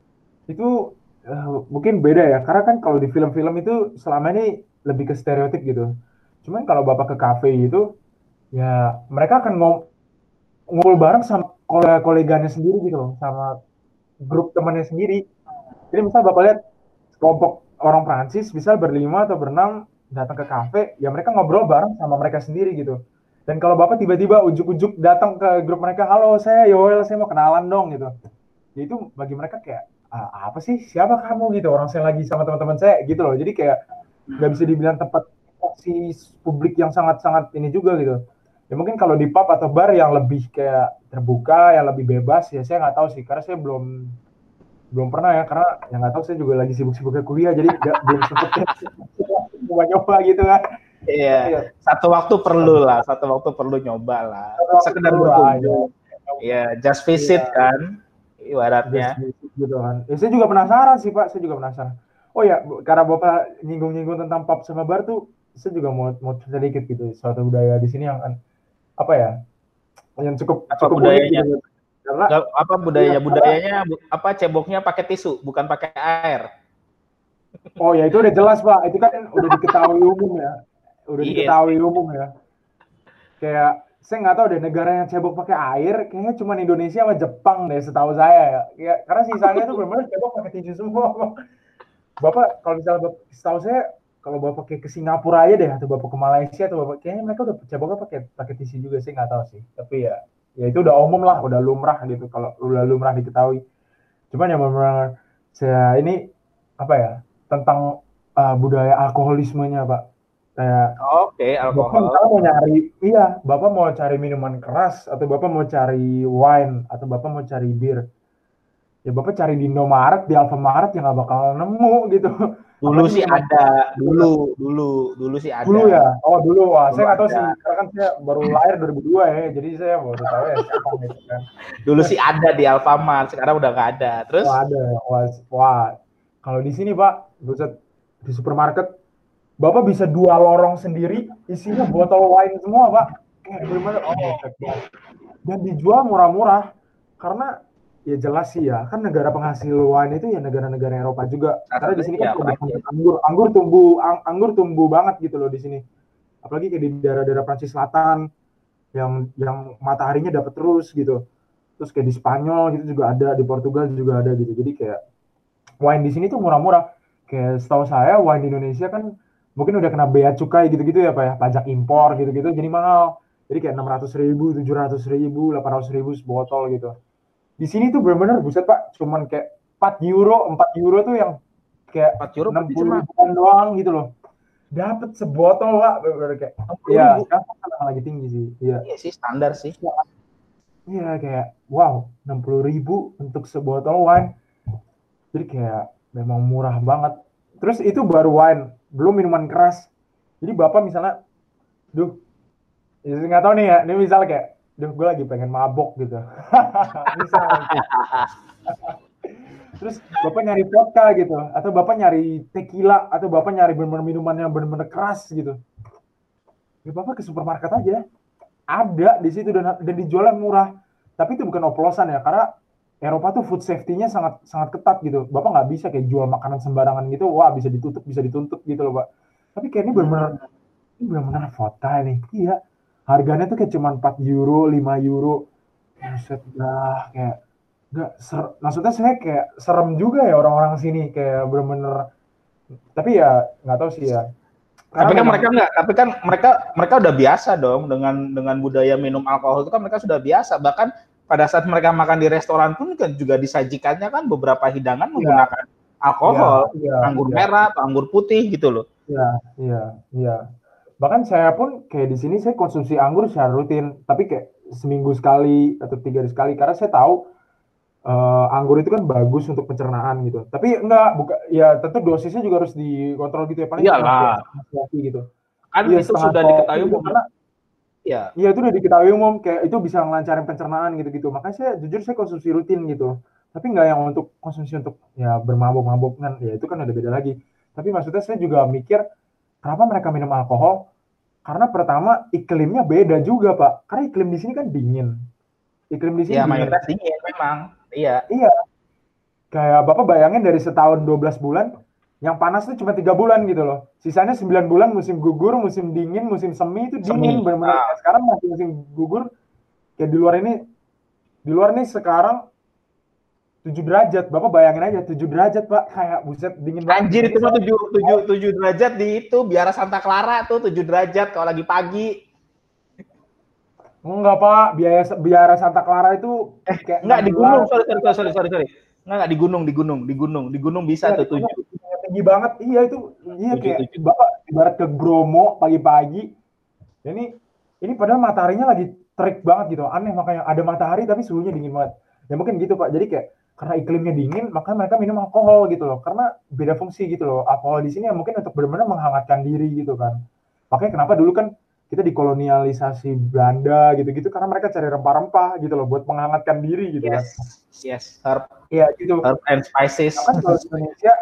itu uh, mungkin beda ya karena kan kalau di film-film itu selama ini lebih ke stereotip gitu. Cuman kalau Bapak ke kafe itu, ya mereka akan ngumpul bareng sama kolega-koleganya sendiri gitu loh, sama grup temannya sendiri. Jadi misal Bapak lihat kelompok orang Prancis bisa berlima atau berenam datang ke kafe, ya mereka ngobrol bareng sama mereka sendiri gitu. Dan kalau Bapak tiba-tiba ujuk-ujuk datang ke grup mereka, halo saya Yoel, saya mau kenalan dong gitu. Ya itu bagi mereka kayak, ah, apa sih, siapa kamu gitu, orang saya lagi sama teman-teman saya gitu loh. Jadi kayak nggak bisa dibilang tempat aksi publik yang sangat-sangat ini juga gitu. Ya mungkin kalau di pub atau bar yang lebih kayak terbuka, yang lebih bebas ya saya nggak tahu sih karena saya belum belum pernah ya karena yang nggak tahu saya juga lagi sibuk-sibuknya kuliah jadi gak, belum sempet nyoba-nyoba gitu kan. Iya. Ya. Satu waktu perlu lah, satu waktu perlu nyoba lah. Sekedar berkunjung. Iya, just visit ya. Kan ibaratnya. Just visit gitu kan. Ya, saya juga penasaran sih Pak, saya juga penasaran. Oh ya, karena Bapak nyinggung-nyinggung tentang pub sama bar tuh, saya juga mau mau sedikit gitu, suatu budaya di sini yang apa ya, yang cukup Apa cukup unik budayanya? gitu. Karena Nggak, apa iya, budayanya? karena Budayanya apa ceboknya pakai tisu, bukan pakai air. oh ya itu udah jelas Pak, itu kan udah diketahui umum ya, udah Iya diketahui sih. umum ya. Kayak saya nggak tahu deh negara yang cebok pakai air, kayaknya cuma Indonesia sama Jepang deh setahu saya ya. Ya karena sisanya tuh benar-benar cebok pakai tisu semua. Bapak kalau misalnya Bapak, setahu saya kalau Bapak kayak ke Singapura aja deh atau Bapak ke Malaysia atau Bapak kayaknya mereka udah ceboknya pakai pakai tisu juga sih nggak tahu sih. Tapi ya ya itu udah umum lah, udah lumrah gitu kalau udah lumrah diketahui. Cuman yang benar saya ini apa ya tentang uh, budaya alkoholismenya Pak. Kayak Oke, Bapak alkohol. misalnya mau nyari, iya, Bapak mau cari minuman keras atau Bapak mau cari wine atau Bapak mau cari bir, ya Bapak cari di Indomaret, di Alfamaret ya nggak bakal nemu gitu. Dulu Apalagi sih minuman ada, keras gitu kan. dulu, dulu, dulu sih Dulu ada, ya, oh dulu, wah dulu saya nggak tahu ada. sih, karena kan saya baru lahir dua ribu dua ya, jadi saya baru tahu ya sekarang gitu kan. Dulu sih ada di Alfamart, sekarang udah nggak ada. Terus Wah ada, wah, wah. Kalau di sini Pak, buset, di supermarket, Bapak bisa dua lorong sendiri, isinya botol wine semua Pak. Kayak bener-bener, oh, buset banget. Dan dijual murah-murah karena ya jelas sih ya kan negara penghasil wine itu ya negara-negara Eropa juga salah karena di satu sini kan ya tumbuhan Prancis. anggur anggur tumbuh ang, anggur tumbuh banget gitu loh di sini apalagi kayak di daerah-daerah Prancis Selatan yang yang mataharinya dapat terus gitu terus kayak di Spanyol gitu juga ada di Portugal juga ada gitu jadi kayak wine di sini tuh murah-murah kayak setahu saya wine di Indonesia kan mungkin udah kena bea cukai gitu-gitu ya Pak ya pajak impor gitu-gitu jadi mahal jadi kayak enam ratus ribu, tujuh ratus ribu, delapan ratus ribu sebotol gitu. Di sini tuh benar-benar buset Pak, cuman kayak empat euro, empat euro tuh yang kayak empat euro enam berarti cuma puluh ribuan doang gitu loh. Dapat sebotol Pak, benar kayak enam puluh ya ribu. sekarang lagi tinggi sih. Iya. Iya sih, standar sih. Iya kayak wow, enam puluh ribu untuk sebotol wine. Jadi kayak memang murah banget. Terus itu baru wine, belum minuman keras. Jadi Bapak misalnya, duh, ya nggak tahu nih ya, ini misalnya kayak, duh gue lagi pengen mabok gitu. Misal terus bapak nyari vodka gitu atau bapak nyari tequila atau bapak nyari bener-bener minuman yang bener-bener keras gitu ya bapak ke supermarket aja ada di situ dan dan dijualnya murah tapi itu bukan oplosan ya karena Eropa tuh food safety-nya sangat sangat ketat gitu bapak nggak bisa kayak jual makanan sembarangan gitu wah bisa ditutup bisa dituntut gitu loh pak tapi kayak ini bener-bener Hmm. ini bener-bener vodka nih iya harganya tuh kayak cuma empat euro lima euro buset dah kayak nggak ser maksudnya saya kayak serem juga ya orang-orang sini kayak bener-bener tapi ya nggak tahu sih ya karena Tapi kan memang mereka nggak, tapi kan mereka mereka udah biasa dong dengan dengan budaya minum alkohol itu kan mereka sudah biasa. Bahkan pada saat mereka makan di restoran pun kan juga disajikannya kan beberapa hidangan ya menggunakan ya alkohol, ya anggur ya merah atau anggur putih gitu loh. ya ya ya bahkan saya pun kayak di sini saya konsumsi anggur secara rutin tapi kayak seminggu sekali atau tiga hari sekali karena saya tahu uh, anggur itu kan bagus untuk pencernaan gitu tapi enggak buka ya tentu dosisnya juga harus dikontrol gitu ya paling cuma kayak Iyalah, setengah kopi gitu kan iya itu setengah sudah kopi diketahui gitu umum. karena Ya, iya itu udah diketahui umum kayak itu bisa ngelancarin pencernaan gitu-gitu. Makanya saya jujur saya konsumsi rutin gitu. Tapi nggak yang untuk konsumsi untuk ya bermabuk-mabuk kan ya itu kan udah beda lagi. Tapi maksudnya saya juga mikir kenapa mereka minum alkohol? Karena pertama iklimnya beda juga Pak. Karena iklim di sini kan dingin. Iklim di sini ya dingin. mayoritas dingin memang. Iya. Iya. Kayak Bapak bayangin dari setahun dua belas bulan yang panas tuh cuma tiga bulan gitu loh. Sisanya sembilan bulan musim gugur, musim dingin, musim semi itu dingin Semi. benar-benar. Ah. Sekarang masih musim gugur kayak di luar ini di luar nih sekarang tujuh derajat. Bapak bayangin aja tujuh derajat, Pak. Kayak buset dingin banget. Anjir Ini itu mah saya tujuh tujuh tujuh derajat di itu biara Santa Clara tuh tujuh derajat kalau lagi pagi. enggak, Pak. Biaya biara Santa Clara itu Eh, kayak enggak enam di gunung, belas. sorry sorry sorry sorry sorry. Enggak enggak di gunung, di gunung, di gunung, di gunung bisa Iya, tuh di gunung tujuh. tinggi banget. Iya itu iya tujuh kayak tujuh. Bapak ibarat ke Bromo pagi-pagi. Ini ini padahal mataharinya lagi terik banget gitu. Aneh makanya ada matahari tapi suhunya dingin banget. Ya mungkin gitu Pak. Jadi kayak karena iklimnya dingin, maka mereka minum alkohol gitu loh. Karena beda fungsi gitu loh. Alkohol di sini ya mungkin untuk benar-benar menghangatkan diri gitu kan. Makanya kenapa dulu kan kita dikolonialisasi Belanda gitu-gitu karena mereka cari rempah-rempah gitu loh buat menghangatkan diri gitu kan. Yes. Yes, herb Iya gitu. herb and spices. Nah, kan kalau di Indonesia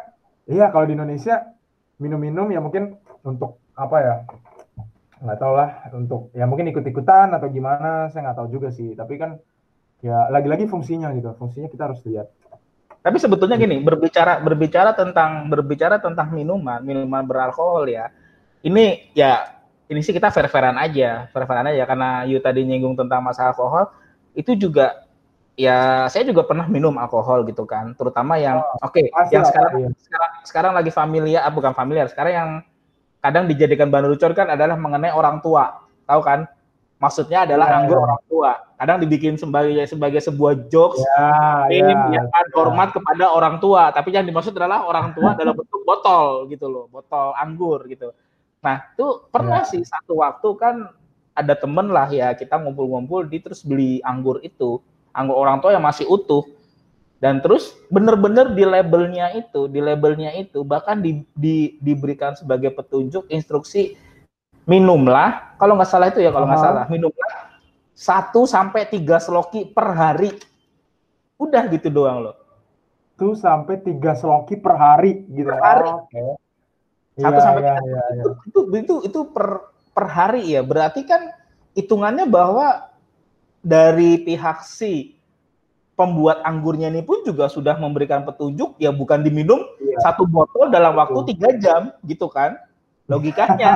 Iya, kalau di Indonesia minum-minum ya mungkin untuk apa ya? Nggak tahu lah, untuk ya mungkin ikut-ikutan atau gimana, saya nggak tahu juga sih. Tapi kan ya lagi-lagi fungsinya gitu, fungsinya kita harus lihat. Tapi sebetulnya gini, berbicara berbicara tentang berbicara tentang minuman, minuman beralkohol ya. Ini ya ini sih kita fair-fairan aja, fair-fairan aja karena Yu tadi nyinggung tentang masalah alkohol, itu juga ya saya juga pernah minum alkohol gitu kan, terutama yang Oh, oke, okay, pasti yang lah, sekarang iya. sekarang sekarang lagi familiar, ah, bukan familiar, sekarang yang kadang dijadikan bahan lucur kan adalah mengenai orang tua. Tahu kan? Maksudnya adalah Iya, anggur iya. orang tua. Kadang dibikin sebagai sebagai sebuah jokes, Ya, ya, meme, ya kan, ya. hormat kepada orang tua. Tapi yang dimaksud adalah orang tua dalam bentuk botol gitu loh, botol anggur gitu. Nah, itu pernah Ya. sih satu waktu kan ada temen lah ya, kita ngumpul-ngumpul, di terus beli anggur itu, anggur orang tua yang masih utuh. Dan terus bener-bener di labelnya itu, di labelnya itu bahkan di, di, diberikan sebagai petunjuk instruksi minumlah, kalau nggak salah itu ya, kalau nggak salah, minumlah satu sampai tiga sloki per hari. Udah gitu doang loh. Satu sampai tiga sloki per hari gitu. Per hari. Oh, oke. Okay. Satu Iya, sampai iya, tiga iya, iya. itu, itu itu itu per per hari ya. Berarti kan hitungannya bahwa dari pihak si pembuat anggurnya ini pun juga sudah memberikan petunjuk ya, bukan diminum Iya. satu botol dalam waktu tiga jam gitu kan, logikanya.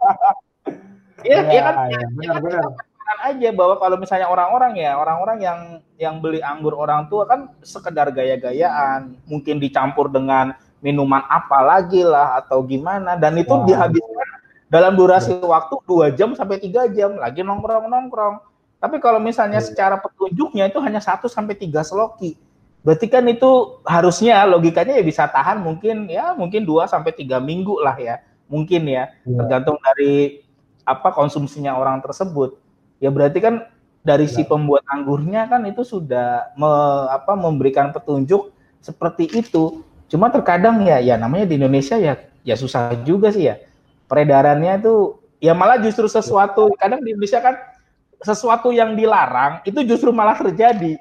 Iya, ya kan, ya, benar, benar. aja bahwa kalau misalnya orang-orang ya orang-orang yang yang beli anggur orang tua kan sekedar gaya-gayaan, mungkin dicampur dengan minuman apa lagi lah atau gimana, dan itu ya, dihabiskan dalam durasi ya. waktu dua jam sampai tiga jam lagi nongkrong-nongkrong. Tapi kalau misalnya ya. secara petunjuknya itu hanya satu sampai tiga sloki, berarti kan itu harusnya logikanya ya bisa tahan mungkin ya mungkin dua sampai tiga minggu lah ya, mungkin ya, ya. tergantung dari apa konsumsinya orang tersebut. Ya berarti kan dari ya. si pembuat anggurnya kan itu sudah me, apa, memberikan petunjuk seperti itu. Cuma terkadang ya ya namanya di Indonesia ya ya susah juga sih ya. Peredarannya itu ya malah justru sesuatu, kadang di Indonesia kan sesuatu yang dilarang itu justru malah terjadi.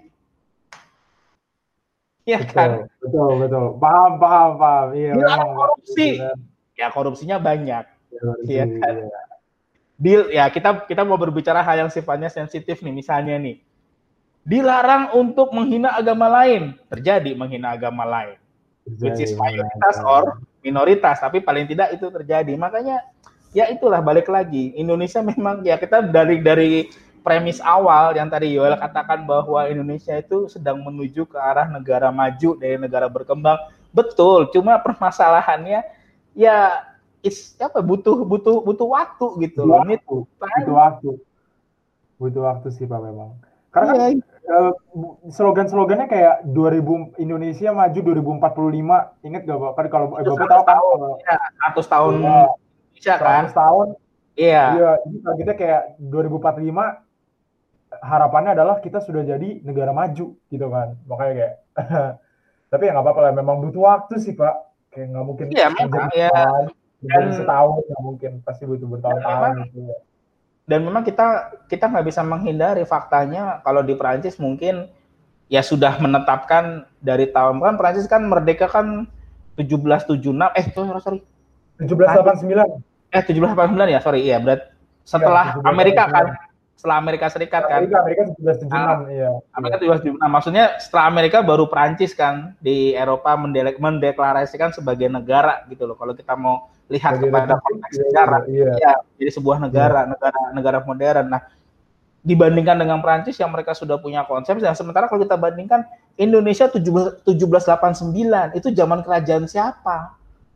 Iya kan? Betul, betul. Paham, paham, paham. Iya, dilarang memang korupsi. Ya korupsinya banyak. Iya kan? Iya. Deal ya, kita kita mau berbicara hal yang sifatnya sensitif nih, misalnya nih. Dilarang untuk menghina agama lain, terjadi menghina agama lain. Terjadi, which is mayoritas or minoritas, tapi paling tidak itu terjadi. Makanya ya itulah, balik lagi. Indonesia memang ya, kita dari dari premis awal yang tadi Yoel katakan bahwa Indonesia itu sedang menuju ke arah negara maju dari negara berkembang. Betul, cuma permasalahannya ya is apa butuh butuh butuh waktu gitu loh. Ini tuh butuh waktu. Butuh waktu sih Pak memang. Karena iya. kan uh, slogan-slogannya kayak dua ribu Indonesia maju dua ribu empat puluh lima. Ingat gak Pak? Kan kalau eh, Bapak tahu kan ya, seratus tahun Indonesia kan. seratus tahun. Iya. Iya, ini targetnya kayak dua ribu empat puluh lima, harapannya adalah kita sudah jadi negara maju gitu kan. Makanya kayak tapi ya nggak apa-apa lah, memang butuh waktu sih Pak. Kayak nggak mungkin ya, memang, ya. Dan setahun nggak mungkin, pasti butuh bertahun-tahun gitu ya. Dan memang kita kita nggak bisa menghindari faktanya kalau di Perancis mungkin ya sudah menetapkan dari tahun kan, Perancis kan merdeka kan tujuh belas tujuh puluh enam eh sorry sorry tujuh belas delapan puluh sembilan eh tujuh belas delapan puluh sembilan ya sorry iya berat setelah ya, Amerika kan setelah Amerika Serikat kan Amerika Amerika tujuh belas tujuh puluh enam nah, iya Amerika tujuh belas tujuh puluh enam maksudnya setelah Amerika baru Perancis kan di Eropa mendek- mendeklarasikan sebagai negara gitu loh, kalau kita mau lihat sebagai kepada konteks sejarah iya, iya. ya jadi sebuah negara iya. negara negara modern. Nah, dibandingkan dengan Perancis yang mereka sudah punya konsep, dan sementara kalau kita bandingkan Indonesia tujuh belas delapan puluh sembilan itu zaman kerajaan siapa?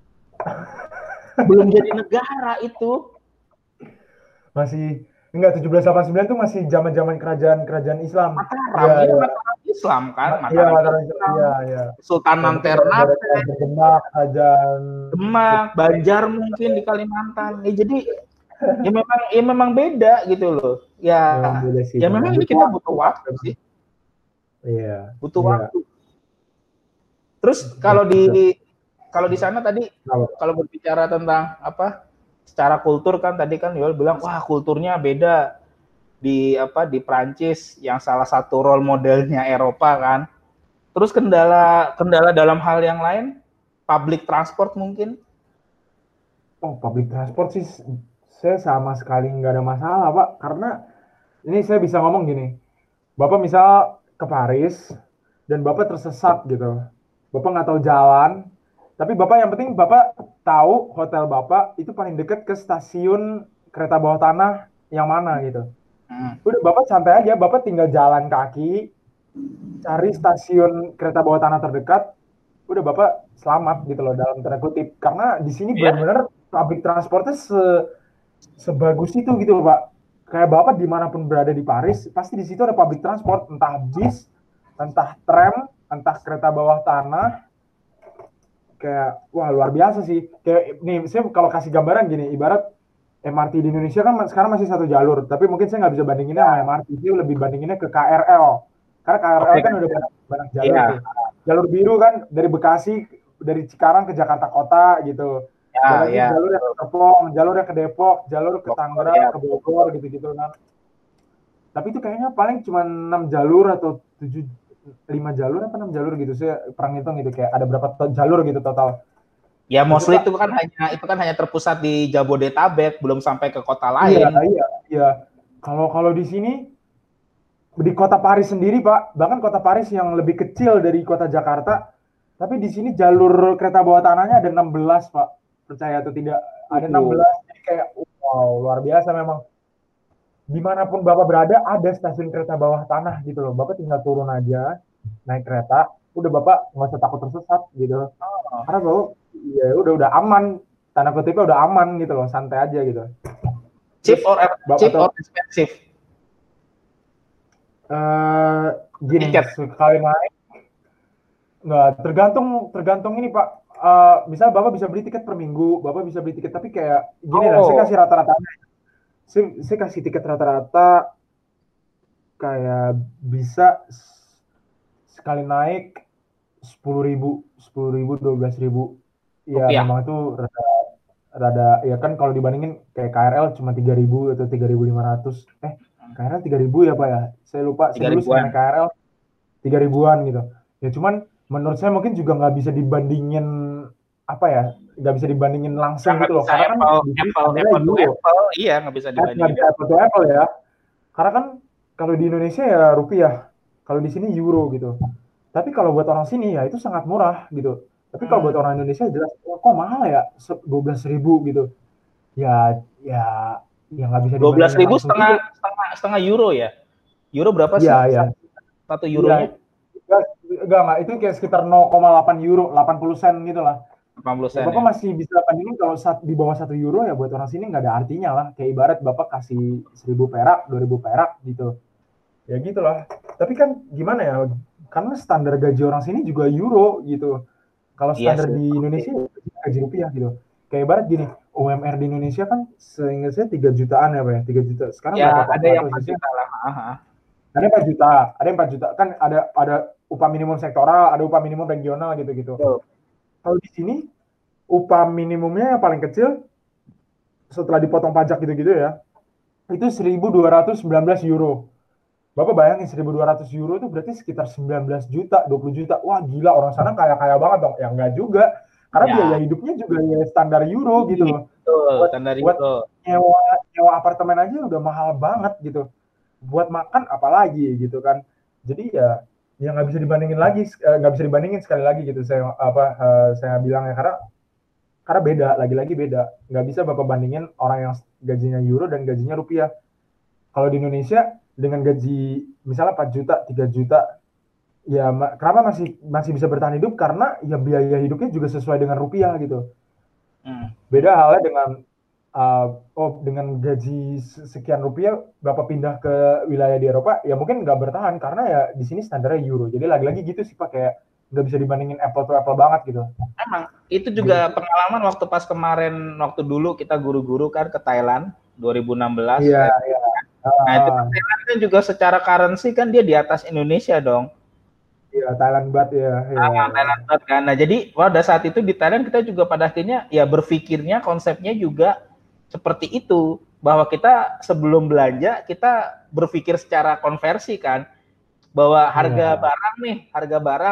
Belum jadi negara itu. Masih enggak, tujuh belas delapan puluh sembilan itu masih zaman-zaman kerajaan-kerajaan Islam. Mataram, ya, ya. Mataram Islam kan, Mataram, iya, Mataram Islam. Iya, iya. Sultanan Ternate, Demak, Ajan, Demak, Banjar mungkin di Kalimantan. Ya, jadi ya memang ya memang beda gitu loh. Ya, memang sih, ya memang ini kita butuh waktu sih. Iya. Butuh iya. waktu. Terus kalau di kalau di sana tadi Halo. Kalau berbicara tentang apa? Secara kultur kan tadi kan Yoel bilang wah kulturnya beda di apa di Prancis yang salah satu role modelnya Eropa kan. Terus kendala kendala dalam hal yang lain public transport mungkin? Oh, public transport sih saya sama sekali nggak ada masalah, Pak. Karena ini saya bisa ngomong gini, Bapak misal ke Paris dan Bapak tersesat gitu, Bapak nggak tahu jalan, tapi Bapak yang penting Bapak tahu hotel Bapak itu paling dekat ke stasiun kereta bawah tanah yang mana gitu. Hmm. Udah Bapak santai aja, Bapak tinggal jalan kaki, cari stasiun kereta bawah tanah terdekat, udah Bapak selamat gitu loh dalam tanda kutip. Karena di sini Yeah. benar-benar public transportnya se sebagus itu gitu loh, Pak. Kayak Bapak dimanapun berada di Paris, pasti di situ ada public transport, entah bis, entah tram, entah kereta bawah tanah. Kayak, wah luar biasa sih. Kayak nih, saya kalau kasih gambaran gini, ibarat M R T di Indonesia kan sekarang masih satu jalur, tapi mungkin saya nggak bisa bandinginnya sama M R T, saya lebih bandinginnya ke K R L. Karena K R L Oke, kan kan. udah banyak, banyak jalur Iya. tuh. Jalur biru kan dari Bekasi, dari Cikarang ke Jakarta Kota gitu. Ya, Dan lagi ya. jalur yang ke Serpong, jalur yang ke Depok, jalur ke Bogor, Tangerang, ya. ke Bogor gitu-gitu kan. Tapi itu kayaknya paling cuma enam jalur atau tujuh, lima jalur apa enam jalur gitu. Saya pernah ngitung gitu, kayak ada berapa to- jalur gitu total. Ya, mostly Pak, itu kan hanya itu kan hanya terpusat di Jabodetabek, belum sampai ke kota iya, lain. iya, iya. Kalau kalau di sini di kota Paris sendiri, Pak, bahkan kota Paris yang lebih kecil dari kota Jakarta, tapi di sini jalur kereta bawah tanahnya ada enam belas, Pak. Percaya atau tidak? Ada enam belas. Jadi kayak wow, luar biasa memang. Dimanapun Bapak berada, ada stasiun kereta bawah tanah gitu loh. Bapak tinggal turun aja, naik kereta, udah Bapak nggak usah takut tersesat gitu. Oh. Karena Bapak, ya udah udah aman, tanda kutipnya udah aman gitu loh, santai aja gitu. Cheap or cheap or expensive? Uh, gini, Tiket. sekali naik, nggak tergantung tergantung ini Pak. Uh, misal Bapak bisa beli tiket per minggu, Bapak bisa beli tiket, tapi kayak gini Oh. lah, saya kasih rata-rata. Saya, saya kasih tiket rata-rata kayak bisa sekali naik sepuluh ribu, sepuluh ribu, dua belas ribu. Ya Rupiah. memang itu rada, rada ya kan kalau dibandingin kayak K R L cuma tiga ribu atau tiga ribu lima ratus. Eh, K R L tiga ribu ya Pak ya? Saya lupa, saya dulu sering naik K R L tiga ribuan gitu. Ya cuman menurut saya mungkin juga nggak bisa dibandingin apa ya, nggak bisa dibandingin langsung Nggak gitu loh. bisa Karena kan Apple, di sini Apple, standarnya Apple to euro. Apple, iya nggak bisa Nggak dibandingin. bisa Apple to Apple ya. Karena kan kalau di Indonesia ya rupiah, kalau di sini euro gitu. Tapi kalau buat orang sini ya itu sangat murah gitu. Tapi kalau buat orang Indonesia jelas, oh, kok mahal ya, dua belas ribu gitu. Ya, ya, ya nggak bisa dua belas dibandingin ribu langsung setengah, juga. setengah setengah euro ya? Euro berapa sih? Iya, iya. Satu euronya? Ya, enggak, enggak, itu kayak sekitar nol koma delapan euro, delapan puluh sen gitu lah. delapan puluh sen Ya, Bapak ya? masih bisa bandingin kalau saat di bawah satu euro ya buat orang sini nggak ada artinya lah. Kayak ibarat Bapak kasih seribu perak, dua ribu perak gitu. Ya gitu lah. Tapi kan gimana ya, karena standar gaji orang sini juga euro gitu. Kalau standar Iya sih. di Indonesia gaji rupiah gitu. Kayak ibarat gini, U M R di Indonesia kan seingat saya tiga jutaan ya Pak ya, tiga juta. Sekarang Ya, berapa Pak? ada yang empat juta lah. Aha. Ada empat juta, ada empat juta. Kan ada ada upah minimum sektoral, ada upah minimum regional gitu-gitu. Betul. Kalau di sini upah minimumnya yang paling kecil setelah dipotong pajak gitu-gitu ya, itu seribu dua ratus sembilan belas euro. Bapak bayangin seribu dua ratus euro itu berarti sekitar sembilan belas juta, dua puluh juta. Wah gila, orang sana kaya-kaya banget dong. Ya enggak juga. Karena Ya. biaya hidupnya juga ya standar euro gitu loh. Betul, buat, standar buat euro. Nyewa, nyewa apartemen aja udah mahal banget gitu. Buat makan apalagi gitu kan. Jadi ya ya nggak bisa dibandingin lagi, nggak bisa dibandingin sekali lagi gitu saya apa uh, saya bilang ya, karena karena beda, lagi-lagi beda. Nggak bisa Bapak bandingin orang yang gajinya euro dan gajinya rupiah. Kalau di Indonesia dengan gaji misalnya empat juta, tiga juta, ya kenapa masih masih bisa bertahan hidup? Karena ya biaya hidupnya juga sesuai dengan rupiah gitu. Hmm. Beda halnya dengan uh, oh dengan gaji sekian rupiah Bapak pindah ke wilayah di Eropa, ya mungkin nggak bertahan karena ya di sini standarnya euro. Jadi lagi-lagi gitu sih Pak, kayak nggak bisa dibandingin apple to apple banget gitu. Emang itu juga gitu. Pengalaman waktu pas kemarin waktu dulu kita guru-guru kan ke Thailand dua ribu enam belas. Iya, iya. Nah, itu kan Thailand kan juga secara currency kan dia di atas Indonesia dong. Iya, Thailand baht ya. Nah, ya. Thailand baht kan. Nah, jadi pada saat itu di Thailand kita juga pada akhirnya ya berpikirnya konsepnya juga seperti itu, bahwa kita sebelum belanja kita berpikir secara konversi kan, bahwa harga ya. barang nih, harga barang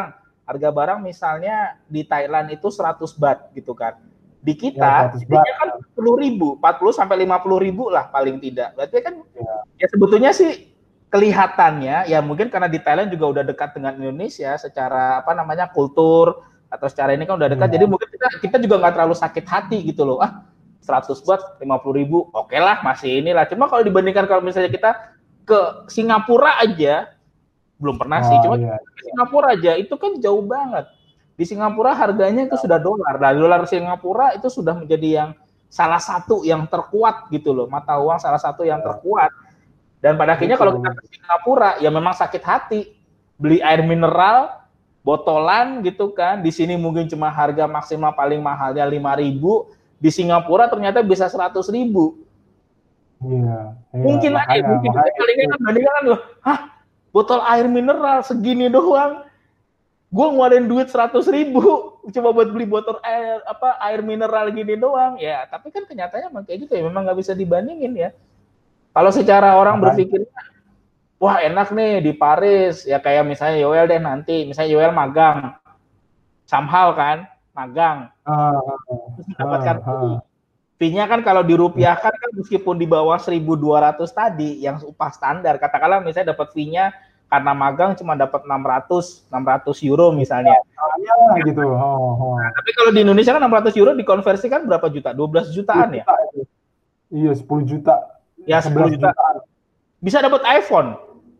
harga barang misalnya di Thailand itu seratus baht gitu kan. Di kita ya, ini kan empat puluh ribu, empat puluh sampai lima puluh ribu lah paling tidak. Berarti kan ya, ya sebetulnya sih kelihatannya ya mungkin karena di Thailand juga udah dekat dengan Indonesia secara apa namanya kultur atau secara ini kan udah dekat. Ya. Jadi mungkin kita kita juga nggak terlalu sakit hati gitu loh. Ah seratus baht, lima puluh ribu, oke okay lah masih inilah. Cuma kalau dibandingkan kalau misalnya kita ke Singapura aja, belum pernah oh, sih. Cuma iya. Ke Singapura aja itu kan jauh banget. Di Singapura harganya itu sudah dolar. Nah, dolar Singapura itu sudah menjadi yang salah satu yang terkuat gitu loh. Mata uang salah satu yang terkuat. Dan pada akhirnya kalau kita ke Singapura, ya memang sakit hati. Beli air mineral, botolan gitu kan. Di sini mungkin cuma harga maksimal paling mahalnya lima ribu. Di Singapura ternyata bisa seratus ribu. Iya. iya mungkin aja, mungkin aja. Kalian kan bandingkan kan loh. Hah, botol air mineral segini doang. Gue ngeluarin duit seratus ribu cuma buat beli botol air apa air mineral gini doang ya, tapi kan kenyataannya memang kayak gitu ya, memang nggak bisa dibandingin ya. Kalau secara orang berpikir wah enak nih di Paris ya, kayak misalnya Yoel deh nanti misalnya Yoel magang somehow kan magang uh, terus mendapatkan uh, uh. fee-nya kan kalau dirupiahkan kan meskipun di bawah seribu dua ratus tadi yang upah standar, katakanlah misalnya dapat fee-nya karena magang cuma dapat enam ratus euro misalnya. Ya, gitu. Oh, oh. Nah, tapi kalau di Indonesia kan enam ratus euro dikonversikan berapa juta? dua belas jutaan ya? Iya, sepuluh juta. Ya, sepuluh juta. Jutaan. Bisa dapat iPhone.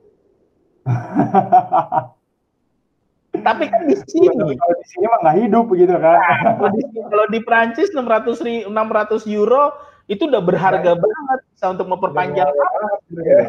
Tapi kan di sini, kalau di sini mah nggak hidup begitu kan. Nah, kalau, di, kalau di Prancis enam ratus euro itu udah berharga ya, banget bisa untuk memperpanjang. Ya,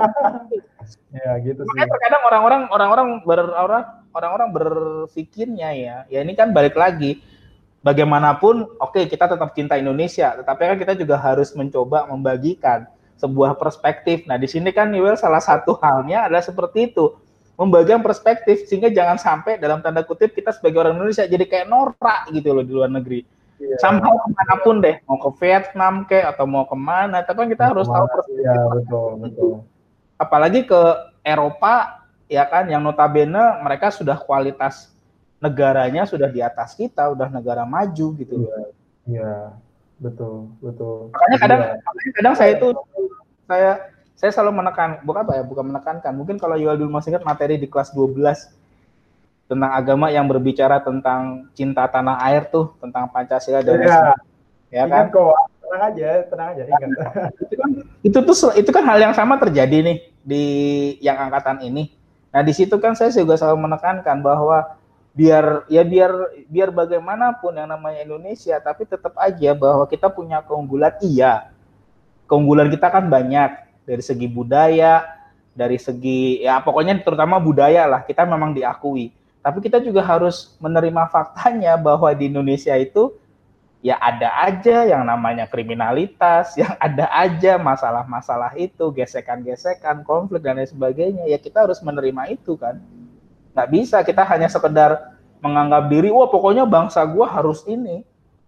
ya gitu sih. Makanya terkadang orang-orang orang-orang ber, orang-orang berpikirnya ya, ya ini kan balik lagi bagaimanapun oke okay, kita tetap cinta Indonesia, tetapi kan kita juga harus mencoba membagikan sebuah perspektif. Nah, di sini kan Newell salah satu halnya adalah seperti itu. Membagikan perspektif sehingga jangan sampai dalam tanda kutip kita sebagai orang Indonesia jadi kayak norak gitu loh di luar negeri. Yeah. Sampai kemanapun deh, mau ke Vietnam kayak atau mau kemana, tapi kan kita mau harus tahu perspektif. Iya, betul, betul. Apalagi ke Eropa ya kan, yang notabene mereka sudah kualitas negaranya sudah di atas kita, udah negara maju gitu. Iya, iya, betul, betul. Makanya kadang, ya. makanya kadang saya itu saya saya selalu menekan, bukan apa ya, bukan menekankan. Mungkin kalau Yoel dulu masih ingat materi di kelas dua belas tentang agama yang berbicara tentang cinta tanah air tuh, tentang Pancasila dan ya, ya kan? Kok, tenang aja, tenang aja. Ingat. itu kan itu tuh itu kan hal yang sama terjadi nih di yang angkatan ini. Nah di situ kan saya juga selalu menekankan bahwa biar ya biar biar bagaimanapun yang namanya Indonesia, tapi tetap aja bahwa kita punya keunggulan. Iya, keunggulan kita kan banyak. Dari segi budaya, dari segi ya pokoknya terutama budaya lah, kita memang diakui. Tapi kita juga harus menerima faktanya bahwa di Indonesia itu ya ada aja yang namanya kriminalitas, yang ada aja masalah-masalah itu, gesekan-gesekan, konflik dan lain sebagainya. Ya kita harus menerima itu kan. Nggak bisa kita hanya sekedar menganggap diri, wah pokoknya bangsa gua harus ini,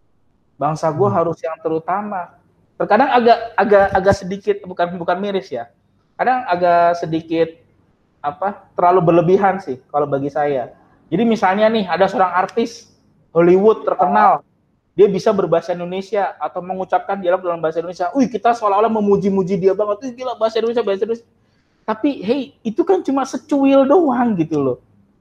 bangsa gua hmm. harus yang terutama. Terkadang agak agak agak sedikit bukan bukan miris ya. Kadang agak sedikit apa? terlalu berlebihan sih kalau bagi saya. Jadi misalnya nih ada seorang artis Hollywood terkenal, dia bisa berbahasa Indonesia atau mengucapkan dialog dalam bahasa Indonesia. Wih, kita seolah-olah memuji-muji dia banget. Wih, gila bahasa Indonesia, bahasa Indonesia. Tapi hey, itu kan cuma secuil doang gitu loh.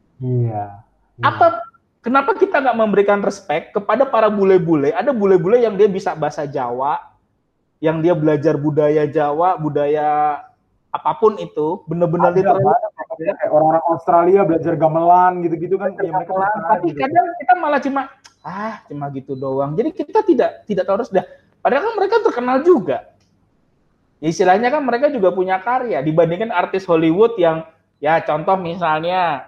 Iya. iya. Apa kenapa kita nggak memberikan respect kepada para bule-bule? Ada bule-bule yang dia bisa bahasa Jawa, yang dia belajar budaya Jawa, budaya apapun itu, benar-benar literal. Orang-orang Australia belajar gamelan gitu-gitu kan, ya mereka tapi gitu. Kadang kita malah cuma ah cuma gitu doang. Jadi kita tidak tidak tahu harus dah. Padahal kan mereka terkenal juga. Ya, istilahnya kan mereka juga punya karya dibandingkan artis Hollywood yang ya contoh misalnya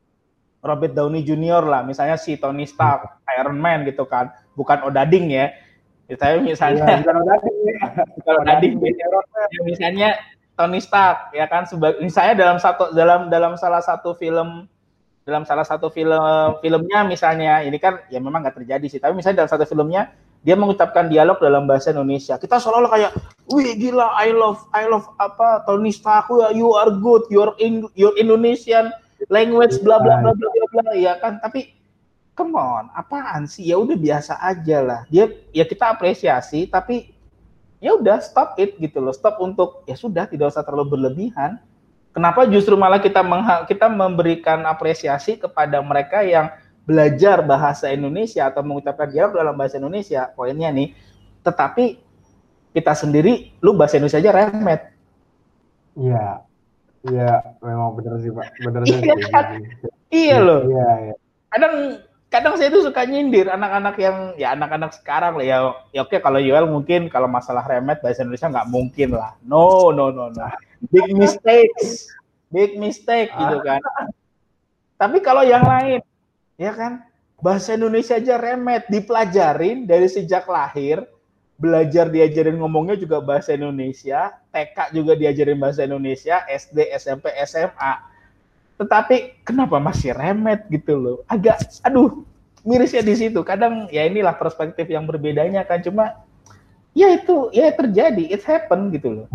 Robert Downey Junior lah, misalnya si Tony Stark, Iron Man gitu kan, bukan Odading ya. Saya misalnya, ya, bukan Odading, bukan Odading, ya, misalnya Tony Stark, ya kan, sebagai misalnya dalam satu dalam dalam salah satu film, dalam salah satu film filmnya misalnya, ini kan ya memang nggak terjadi sih, tapi misalnya dalam satu filmnya dia mengucapkan dialog dalam bahasa Indonesia, kita seolah-olah kayak, wih gila, I love, I love apa Tony Stark, you are good, you're in, you're Indonesian, language bla bla bla bla bla bla ya kan, tapi come on, apaan sih? Ya udah biasa aja lah. Dia ya kita apresiasi, tapi ya udah stop it gitu loh. Stop untuk ya sudah tidak usah terlalu berlebihan. Kenapa justru malah kita mengha- kita memberikan apresiasi kepada mereka yang belajar bahasa Indonesia atau mengucapkan dialog dalam bahasa Indonesia? Poinnya nih, tetapi kita sendiri, lu bahasa Indonesia aja remet. Iya, iya, memang benar sih Pak, benar sih. Iya kan? Iya loh. Iya, iya. Kadang kadang saya tuh suka nyindir anak-anak yang ya anak-anak sekarang lah ya. Ya oke kalau Yoel mungkin kalau masalah remet bahasa Indonesia nggak mungkin lah. No no no no. Big mistakes, big mistake gitu kan. Tapi kalau yang lain, ya kan bahasa Indonesia aja remet, dipelajarin dari sejak lahir, belajar diajarin ngomongnya juga bahasa Indonesia, T K juga diajarin bahasa Indonesia, S D, S M P, S M A. Tetapi kenapa masih remet gitu loh? Agak, aduh, mirisnya di situ. Kadang ya inilah perspektif yang berbedanya kan. Cuma ya itu, ya terjadi, it happen gitu loh.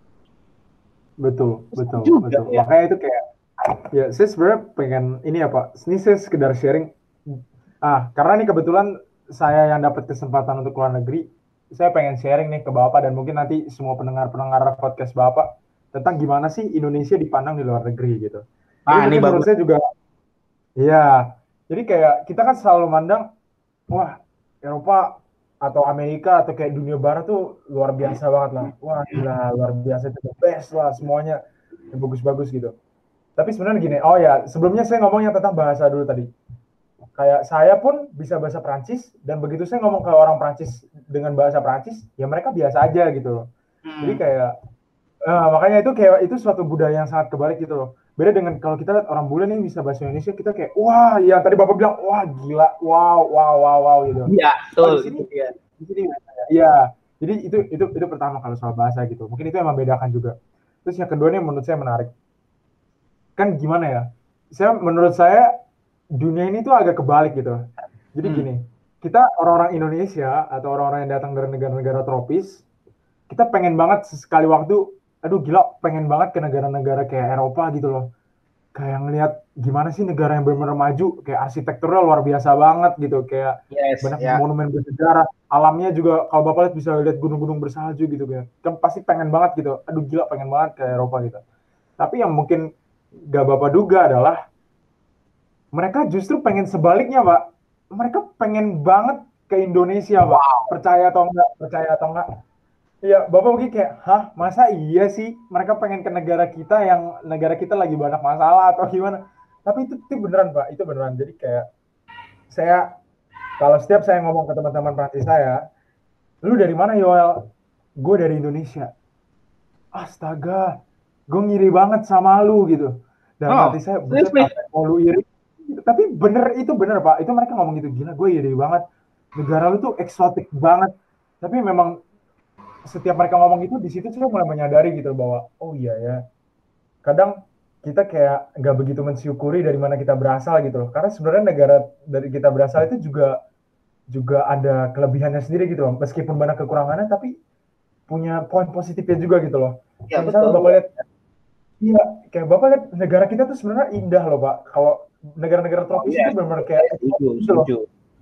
Betul, betul, juga, betul. Ya. Makanya itu kayak, ya saya sebenarnya pengen ini apa? Ini saya sekedar sharing. Ah, karena ini kebetulan saya yang dapat kesempatan untuk keluar negeri, saya pengen sharing nih ke Bapak dan mungkin nanti semua pendengar-pendengar podcast Bapak tentang gimana sih Indonesia dipandang di luar negeri gitu. Ah, Jadi ini menurut bagus. saya juga, iya. Jadi kayak kita kan selalu mandang, wah Eropa atau Amerika atau kayak dunia barat tuh luar biasa banget lah. Wah gila, luar biasa, itu the best lah semuanya, yang bagus-bagus gitu. Tapi sebenarnya gini, oh ya sebelumnya saya ngomongnya tentang bahasa dulu tadi. Kayak saya pun bisa bahasa Prancis dan begitu saya ngomong ke orang Prancis dengan bahasa Prancis, ya mereka biasa aja gitu loh. Hmm. Jadi kayak uh, makanya itu kayak itu suatu budaya yang sangat kebalik gitu loh. Beda dengan kalau kita lihat orang bule nih bisa bahasa Indonesia, kita kayak wah, yang tadi Bapak bilang wah gila, wow, wow, wow, wow gitu. Iya, Oh, betul. di sini ya. Di sini ya. Jadi itu itu itu pertama kalau soal bahasa gitu. Mungkin itu yang membedakan juga. Terus yang kedua nih menurut saya menarik. Kan gimana ya? Saya menurut saya dunia ini tuh agak kebalik gitu. Jadi Hmm. gini, kita orang-orang Indonesia atau orang-orang yang datang dari negara-negara tropis, kita pengen banget sekali waktu, aduh gila, pengen banget ke negara-negara kayak Eropa gitu loh. Kayak ngelihat gimana sih negara yang benar-benar maju, kayak arsitekturnya luar biasa banget gitu, kayak Yes, banyak ya. monumen bersejarah, alamnya juga kalau Bapak lihat bisa lihat gunung-gunung bersalju gitu kan. Kan pasti pengen banget gitu. Aduh gila, pengen banget ke Eropa gitu. Tapi yang mungkin gak Bapak duga adalah mereka justru pengen sebaliknya, Pak. Mereka pengen banget ke Indonesia, Pak. Wow. Percaya atau enggak? Percaya atau enggak? Iya, Bapak mungkin kayak, hah, masa iya sih mereka pengen ke negara kita yang negara kita lagi banyak masalah atau gimana? Tapi itu, itu beneran, Pak. Itu beneran. Jadi kayak saya, kalau setiap saya ngomong ke teman-teman Prancis saya, lu dari mana, Yoel? Gue dari Indonesia. Astaga, gue ngiri banget sama lu gitu. Dalam Oh, hati saya, please, buset, please. apa mau lu iri? Tapi bener, itu bener Pak. Itu mereka ngomong gitu, gila gue iri banget. Negara lu tuh eksotik banget. Tapi memang setiap mereka ngomong itu, di situ saya mulai menyadari gitu bahwa, oh iya ya, kadang kita kayak nggak begitu mensyukuri dari mana kita berasal gitu loh. Karena sebenarnya negara dari kita berasal itu juga juga ada kelebihannya sendiri gitu loh. Meskipun banyak kekurangannya, tapi punya poin positifnya juga gitu loh. Ya, Kayak misalnya betul. Bapak lihat, iya, kayak Bapak lihat negara kita tuh sebenarnya indah loh Pak. Kalau negara-negara tropis Oh, iya, itu benar-benar kayak setuju, gitu loh. setuju.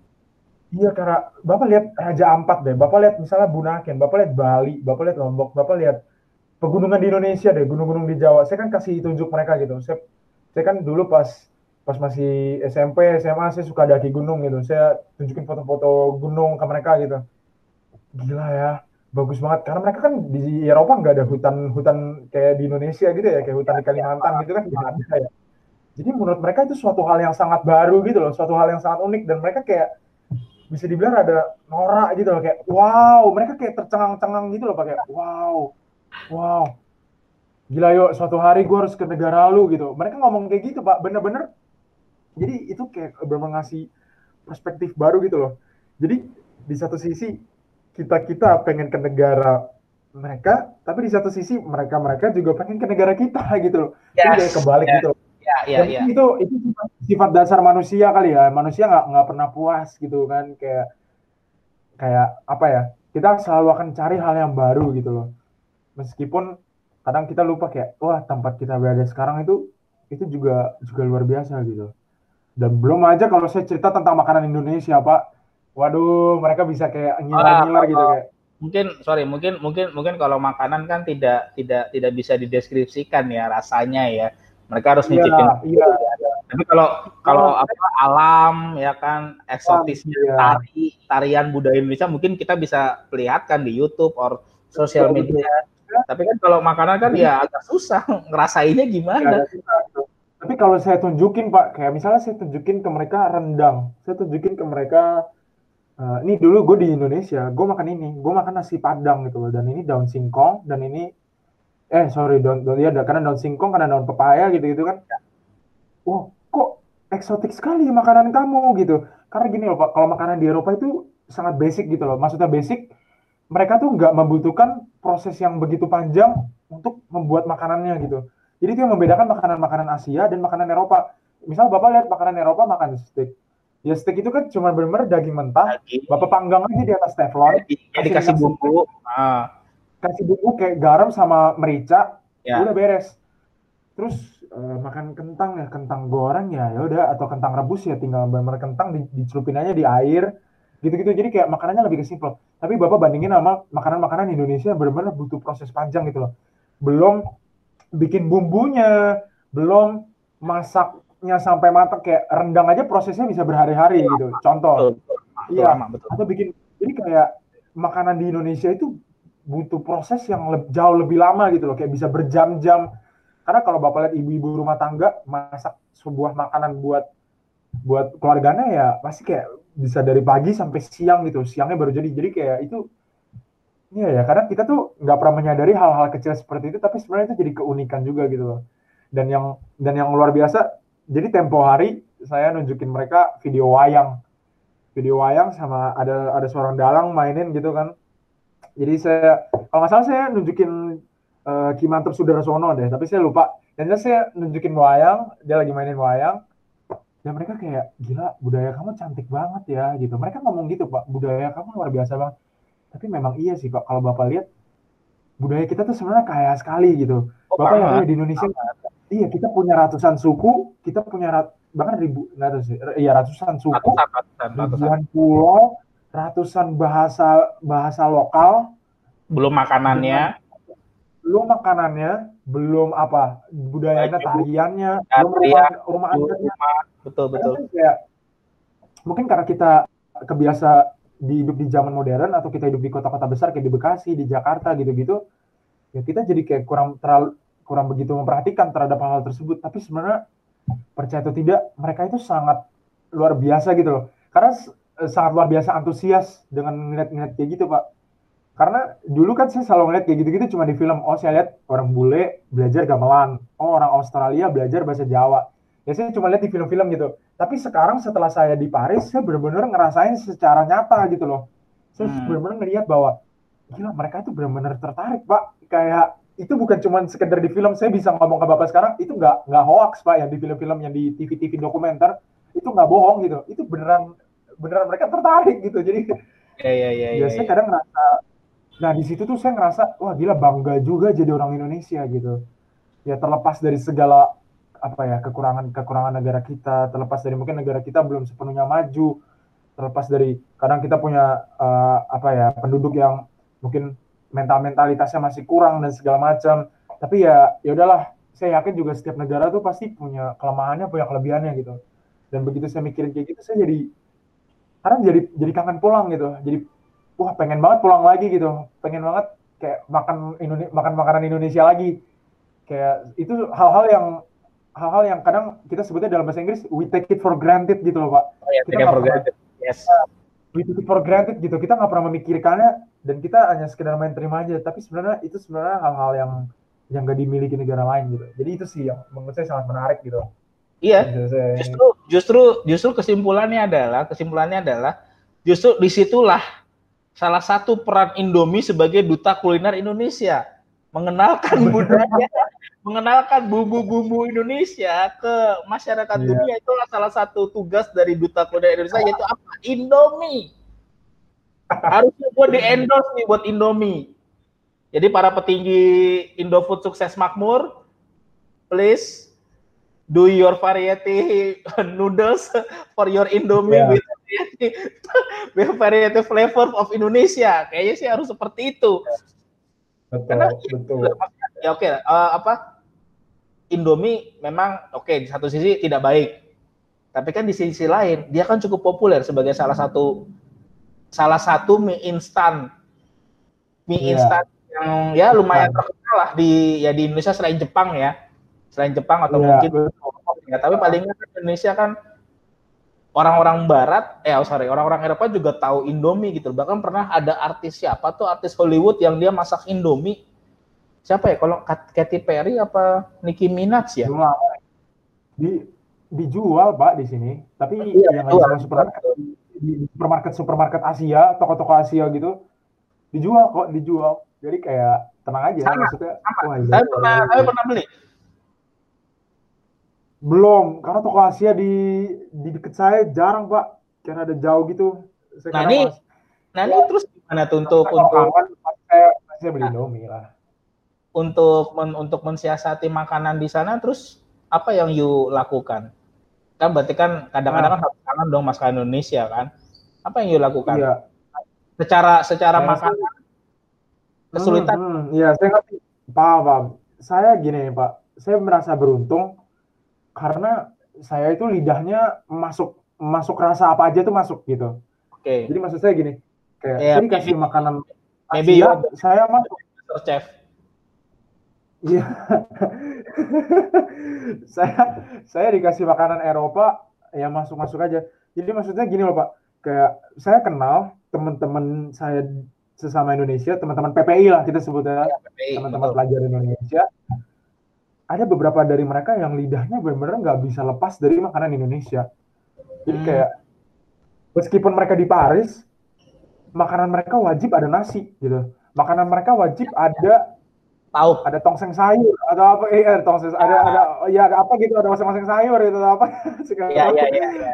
Iya, karena Bapak lihat Raja Ampat deh, Bapak lihat misalnya Bunaken, Bapak lihat Bali, Bapak lihat Lombok, Bapak lihat pegunungan di Indonesia deh, gunung-gunung di Jawa. Saya kan kasih tunjuk mereka gitu. Saya, saya kan dulu pas pas masih S M P, S M A saya suka daki gunung gitu. Saya tunjukin foto-foto gunung ke mereka gitu. Gila ya, bagus banget. Karena mereka kan di Eropa nggak ada hutan-hutan kayak di Indonesia gitu ya, kayak hutan di Kalimantan gitu kan nggak ada ya. Jadi menurut mereka itu suatu hal yang sangat baru gitu loh, suatu hal yang sangat unik dan mereka kayak bisa dibilang ada norak gitu loh, kayak wow, mereka kayak tercengang-cengang gitu loh, pakai wow, wow, gila yuk, suatu hari gue harus ke negara lu gitu. Mereka ngomong kayak gitu Pak, bener-bener. Jadi itu kayak bener ngasih perspektif baru gitu loh. Jadi di satu sisi kita kita pengen ke negara mereka, tapi di satu sisi mereka mereka juga pengen ke negara kita gitu loh. Jadi kayak Yes, kebalik yes. gitu loh. Ya, ya, Dan ya. itu itu sifat, sifat dasar manusia kali ya. Manusia nggak nggak pernah puas gitu kan, kayak kayak apa ya? Kita selalu akan cari hal yang baru gitu loh. Meskipun kadang kita lupa kayak, wah tempat kita berada sekarang itu itu juga juga luar biasa gitu. Dan belum aja kalau saya cerita tentang makanan Indonesia, Pak. Waduh, mereka bisa kayak Ah, ngiler-ngiler gitu kalau kayak. mungkin sorry mungkin mungkin mungkin kalau makanan kan tidak tidak tidak bisa dideskripsikan ya rasanya ya. Mereka harus Iya, nyicipin iya. dulu ya. Tapi kalau kalau Nah, apa alam ya kan eksotisnya iya. tari tarian budaya Indonesia mungkin kita bisa perlihatkan di YouTube or sosial Betul, betul. media. Tapi kan kalau makanan kan Jadi ya agak susah ngerasainnya ya gimana. agak susah gitu. Tapi kalau saya tunjukin, Pak, kayak misalnya saya tunjukin ke mereka rendang, saya tunjukin ke mereka, eh, ini dulu gue di Indonesia, gue makan ini, gue makan nasi Padang gitu loh, dan ini daun singkong, dan ini, eh sorry, daun, daun ya, karena daun singkong, karena daun pepaya gitu-gitu kan. Wah, kok eksotik sekali makanan kamu gitu. Karena gini loh Pak, kalau makanan di Eropa itu sangat basic gitu loh. Maksudnya basic, mereka tuh nggak membutuhkan proses yang begitu panjang untuk membuat makanannya gitu. Jadi itu yang membedakan makanan-makanan Asia dan makanan Eropa. Misal Bapak lihat makanan Eropa makan steak. Ya steak itu kan cuma benar-benar daging mentah, Lagi Bapak panggang aja di atas teflon, ya kasih dikasih minyak sempit, bumbu. Ah, kasih bumbu kayak garam sama merica, udah ya. beres. Terus eh, makan kentang ya, kentang goreng ya, ya udah, atau kentang rebus ya, tinggal benar-benar kentang di, dicelupin aja di air, gitu-gitu. Jadi kayak makanannya lebih ke simple. Tapi Bapak bandingin sama makanan-makanan Indonesia benar-benar butuh proses panjang gitu loh. Belum bikin bumbunya, belum masaknya sampai matang, kayak rendang aja prosesnya bisa berhari-hari gitu. Betul, Contoh, betul, betul iya, lama betul. atau bikin, jadi kayak makanan di Indonesia itu butuh proses yang le- jauh lebih lama gitu loh, kayak bisa berjam-jam. Karena kalau Bapak lihat ibu-ibu rumah tangga masak sebuah makanan buat buat keluarganya ya pasti kayak bisa dari pagi sampai siang gitu. Siangnya baru jadi. Jadi kayak itu, iya ya, karena kita tuh nggak pernah menyadari hal-hal kecil seperti itu, tapi sebenarnya itu jadi keunikan juga gitu loh. Dan yang dan yang luar biasa, jadi tempo hari saya nunjukin mereka video wayang, video wayang sama ada ada seorang dalang mainin gitu kan. Jadi saya, kalau nggak salah saya nunjukin uh, Ki Mantep Sudarsono deh, tapi saya lupa. Dan saya nunjukin wayang, dia lagi mainin wayang, dan mereka kayak, gila, budaya kamu cantik banget ya, gitu. Mereka ngomong gitu, Pak, budaya kamu luar biasa banget. Tapi memang iya sih, Pak, kalau Bapak lihat, budaya kita tuh sebenarnya kaya sekali gitu. Oh Bapak yang banget. lihat di Indonesia, iya, kita punya ratusan suku, kita punya rat, bahkan ribu, nggak tahu sih, iya ratusan suku, Ratusan, ratusan, ratusan. ribuan pulau, ratusan bahasa bahasa lokal, Belum makanannya, dengan belum makanannya, belum apa budayanya, baju, tariannya, belum rumah tarian, rumah baju, adatnya. rumah, betul Karena betul. kan kayak mungkin karena kita kebiasa di hidup di zaman modern, atau kita hidup di kota-kota besar kayak di Bekasi, di Jakarta gitu-gitu, ya kita jadi kayak kurang terlalu kurang begitu memperhatikan terhadap hal-hal tersebut. Tapi sebenarnya percaya atau tidak, mereka itu sangat luar biasa gitu loh. Karena eh, sangat luar biasa antusias dengan ngeliat-ngeliat kayak gitu, Pak. Karena dulu kan saya selalu ngeliat kayak gitu-gitu cuma di film. Oh, saya lihat orang bule belajar gamelan. Oh, orang Australia belajar bahasa Jawa. Ya saya cuma lihat di film-film gitu. Tapi sekarang setelah saya di Paris, saya benar-benar ngerasain secara nyata gitu loh. Saya Hmm. benar-benar ngeliat bahwa, gila, mereka itu benar-benar tertarik, Pak. Kayak itu bukan cuma sekedar di film. Saya bisa ngomong ke Bapak sekarang, itu nggak nggak hoax, Pak, yang di film-film, yang di T V T V dokumenter. Itu nggak bohong gitu. Itu beneran beneran mereka tertarik gitu. Jadi Ya ya ya ya ya. saya Ya. kadang ngerasa, nah di situ tuh saya ngerasa, wah gila, bangga juga jadi orang Indonesia gitu. Ya terlepas dari segala apa ya, kekurangan kekurangan negara kita, terlepas dari mungkin negara kita belum sepenuhnya maju, terlepas dari kadang kita punya uh, apa ya, penduduk yang mungkin mental mentalitasnya masih kurang dan segala macam. Tapi ya ya udahlah, saya yakin juga setiap negara tuh pasti punya kelemahannya, punya kelebihannya gitu. Dan begitu saya mikirin kayak gitu, saya jadi kadang jadi jadi kangen pulang gitu. Jadi wah, pengen banget pulang lagi gitu. Pengen banget kayak makan Indonesia, makan makanan Indonesia lagi. Kayak itu hal-hal yang hal-hal yang kadang kita sebutnya dalam bahasa Inggris, we take it for granted gitu loh, Pak. Oh ya, Kita take it nggak for pernah, granted. Yes. we take it for granted gitu. Kita nggak pernah memikirkannya, dan kita hanya sekedar main terima aja. Tapi sebenarnya itu sebenarnya hal-hal yang yang nggak dimiliki negara lain gitu. Jadi itu sih yang menurut saya sangat menarik gitu. Iya. Saya, Justru justru justru kesimpulannya adalah kesimpulannya adalah justru disitulah salah satu peran Indomie sebagai duta kuliner Indonesia, mengenalkan budaya, mengenalkan bumbu-bumbu Indonesia ke masyarakat iya. dunia. Itulah salah satu tugas dari duta kuliner Indonesia, yaitu apa? Indomie. Harusnya gue di-endorse nih buat Indomie. Jadi para petinggi Indofood sukses makmur, please do your variety noodles for your Indomie yeah. with variety, with variety flavor of Indonesia. Kayaknya sih harus seperti itu. Betul, Karena betul. Ya oke, okay, uh, apa Indomie memang oke okay, di satu sisi tidak baik, tapi kan di sisi lain dia kan cukup populer sebagai salah satu salah satu mie instan, mie yeah. instan yang ya lumayan terkenal lah di ya di Indonesia selain Jepang ya, selain Jepang atau yeah, mungkin ya, tapi paling nggak Indonesia kan orang-orang Barat, eh oh sorry orang-orang Eropa juga tahu Indomie gitu. Bahkan pernah ada artis siapa tuh artis Hollywood yang dia masak Indomie. Siapa ya? Kalau Katy Perry apa Nicki Minaj ya? Di dijual Pak di sini, tapi iya, yang di supermarket, di supermarket supermarket Asia, toko-toko Asia gitu dijual kok, dijual. Jadi kayak tenang aja sama, maksudnya. Sama. Wah, saya pernah, saya pernah beli. Belum, karena toko Asia di di dekat saya jarang Pak, karena ada jauh gitu. Saya nah ini, mas, nah ini ya, terus gimana tuh untuk untuk saya saya beli Indomie lah. Untuk men, untuk mensiasati makanan di sana, terus apa yang you lakukan? Kan berarti kan kadang-kadang nah. kan harus kangen dong masakan Indonesia kan? Apa yang you lakukan? Iya. Secara secara saya makanan sih, kesulitan? Iya, hmm, hmm, saya ngerti. Pak, Pak. Saya gini Pak, saya merasa beruntung karena saya itu lidahnya masuk masuk rasa apa aja tuh masuk gitu. Oke. Okay. Jadi maksud saya gini, kayak yeah, saya dikasih maybe, makanan maybe Asia, saya masuk. Chef. Iya. saya saya dikasih makanan Eropa ya masuk-masuk aja. Jadi maksudnya gini loh Pak, kayak saya kenal teman-teman saya sesama Indonesia, teman-teman P P I lah kita sebutnya, ya, teman-teman pelajar Indonesia. Ada beberapa dari mereka yang lidahnya benar-benar nggak bisa lepas dari makanan Indonesia. Jadi hmm. kayak meskipun mereka di Paris, makanan mereka wajib ada nasi gitu. Makanan mereka wajib ada tahu ada tongseng sayur atau apa eh ada tongseng ada ada ya ada apa gitu, ada masing-masing sayur gitu atau apa segala ya, ya, ya, ya.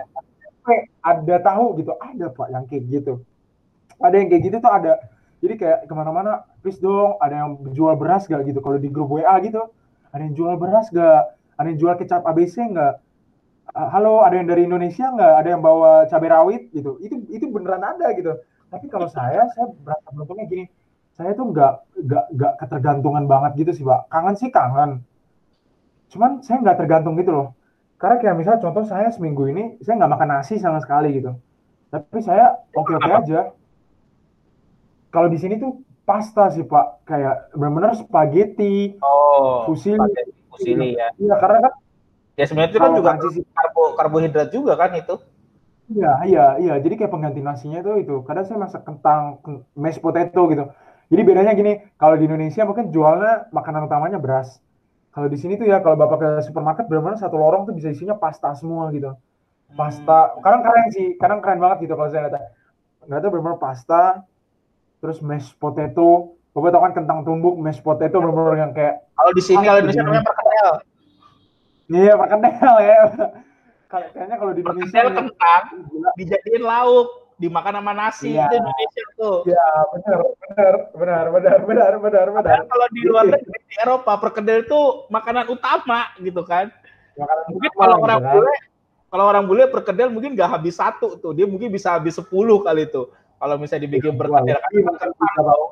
Ada tahu gitu, ada Pak yang kayak gitu, ada yang kayak gitu tuh ada. Jadi kayak kemana-mana please dong, ada yang jual beras gak gitu, kalau di grup W A gitu ada yang jual beras gak, ada yang jual kecap A B C gak, halo ada yang dari Indonesia gak, ada yang bawa cabai rawit gitu, itu itu beneran ada gitu. Tapi kalau saya saya berasa beruntungnya gini, saya tuh nggak nggak nggak ketergantungan banget gitu sih Pak. Kangen sih kangen, cuman saya nggak tergantung gitu loh. Karena kayak misalnya contoh saya seminggu ini saya nggak makan nasi sama sekali gitu, tapi saya oke oke aja. Kalau di sini tuh pasta sih Pak, kayak benar-benar spaghetti, oh, fusilli, spaghetti, fusilli ya. Iya karena kan ya sebenarnya itu kan juga karbo karbohidrat juga kan itu. Iya iya iya, jadi kayak pengganti nasinya tuh itu. Kadang saya masak kentang, mashed potato gitu. Jadi bedanya gini, kalau di Indonesia mungkin jualnya makanan utamanya beras. Kalau di sini tuh ya, kalau Bapak ke supermarket benar-benar satu lorong tuh bisa isinya pasta semua gitu. Pasta, hmm. kadang keren sih, kadang keren banget gitu kalau saya lihat. Nggak tahu benar-benar pasta, terus mashed potato. Bapak tahu kan kentang tumbuk, mashed potato benar-benar yang kayak. Kalau di sini, kalau di Indonesia namanya perkedel. Iya, perkedel ya. Kayaknya kalau di Indonesia kentang dijadiin lauk. Dimakan sama nasi ya. Itu Indonesia tuh. Iya, benar, benar, benar, benar, benar, benar, benar. Kalau di luar negeri di Eropa perkedel itu makanan utama gitu kan. Makanan mungkin utama, kalau orang bule, kan? Kalau orang bule perkedel mungkin nggak habis satu tuh, dia mungkin bisa habis sepuluh kali tuh. Kalau misalnya dibikin ya, perkedel kan kentang tau.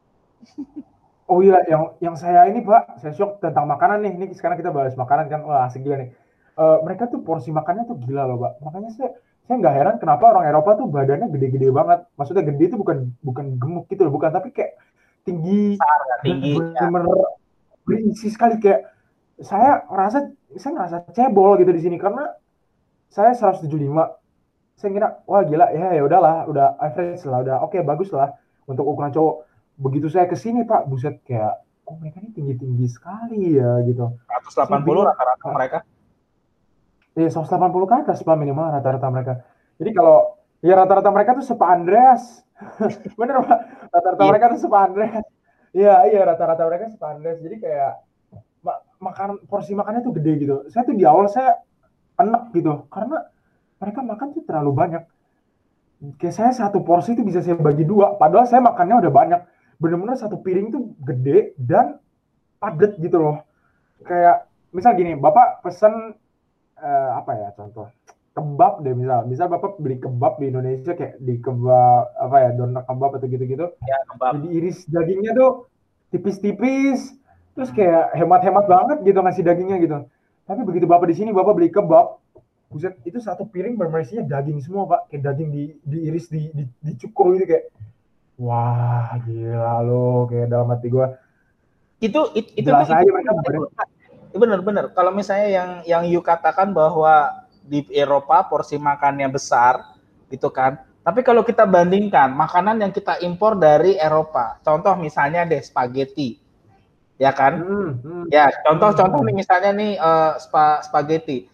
Oh iya, yang yang saya ini Pak, saya shock tentang makanan nih. Ini sekarang kita bahas makanan kan, wah asik gila nih. Uh, mereka tuh porsi makannya tuh gila loh Pak. Makanya saya saya nggak heran kenapa orang Eropa tuh badannya gede-gede banget. Maksudnya gede itu bukan bukan gemuk gitu loh, bukan, tapi kayak tinggi, besar, tinggi, bener-bener ya. Berisi sekali. Kayak saya ngerasa saya ngerasa cebol gitu di sini karena saya seratus tujuh puluh lima. Saya kira wah gila ya, ya udahlah, udah average lah, udah oke okay, bagus lah untuk ukuran cowok. Begitu saya kesini Pak, buset kayak oh mereka ini tinggi-tinggi sekali ya gitu. seratus delapan puluh rata-rata mereka. Iya, seratus delapan puluh ke atas Pak minimal rata-rata mereka. Jadi kalau ya rata-rata mereka tuh sepa Andreas. Bener Pak, rata-rata yeah. mereka tuh sepa Andreas. Iya, iya rata-rata mereka sepa Andreas. Jadi kayak ma- makan porsi makannya tuh gede gitu. Saya tuh di awal saya enak gitu karena mereka makan tuh terlalu banyak. Kayak saya satu porsi tuh bisa saya bagi dua, padahal saya makannya udah banyak. Bener-bener satu piring tuh gede dan padat gitu loh. Kayak misal gini, Bapak pesen uh, apa ya contoh kebab deh misal, misal bapak beli kebab di Indonesia kayak di kebab apa ya doner kebab atau gitu-gitu, Ya, kebab. jadi iris dagingnya tuh tipis-tipis, terus Hmm. kayak hemat-hemat banget gitu ngasih dagingnya gitu. Tapi begitu bapak di sini bapak beli kebab, buset itu satu piring berisinya daging semua pak, kayak daging di diiris di, di dicukur gitu kayak, wah gila lo, kayak dalam hati gue. Itu itu itu tuh Jelas itu aja mereka bener. bener-bener. Kalau misalnya yang yang you katakan bahwa di Eropa porsi makannya besar, gitu kan. Tapi kalau kita bandingkan makanan yang kita impor dari Eropa, contoh misalnya deh spaghetti, ya kan? Hmm, hmm, Ya, contoh-contoh hmm. nih misalnya nih uh, spa, spaghetti.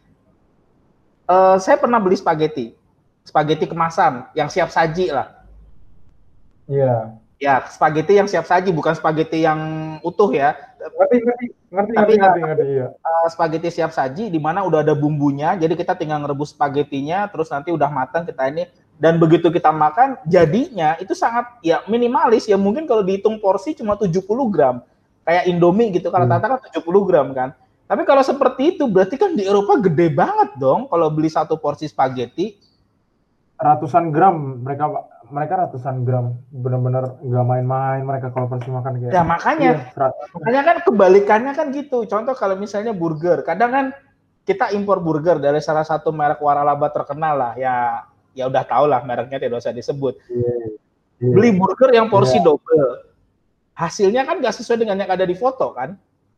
Uh, saya pernah beli spaghetti, spaghetti kemasan yang siap saji lah. Iya. Ya, spaghetti yang siap saji, bukan spaghetti yang utuh ya. Ngerti, ngerti, ngerti, Tapi ngerti, ngerti, ngerti, iya. Uh, spaghetti siap saji di mana udah ada bumbunya, jadi kita tinggal ngerebus spagettinya, terus nanti udah matang kita ini, dan begitu kita makan, jadinya itu sangat ya minimalis ya, mungkin kalau dihitung porsi cuma tujuh puluh gram, kayak Indomie gitu, kalau Iya. rata-rata kan tujuh puluh gram kan. Tapi kalau seperti itu berarti kan di Eropa gede banget dong kalau beli satu porsi spaghetti. Ratusan gram mereka mereka ratusan gram, benar-benar nggak main-main mereka kalau porsi makan kayak. Ya makanya, Iya, makanya kan kebalikannya kan gitu. Contoh kalau misalnya burger, kadang kan kita impor burger dari salah satu merek waralaba terkenal lah, ya ya udah tau lah mereknya, tidak usah disebut. Iya, iya. Beli burger yang porsi Iya. double, hasilnya kan nggak sesuai dengan yang ada di foto kan.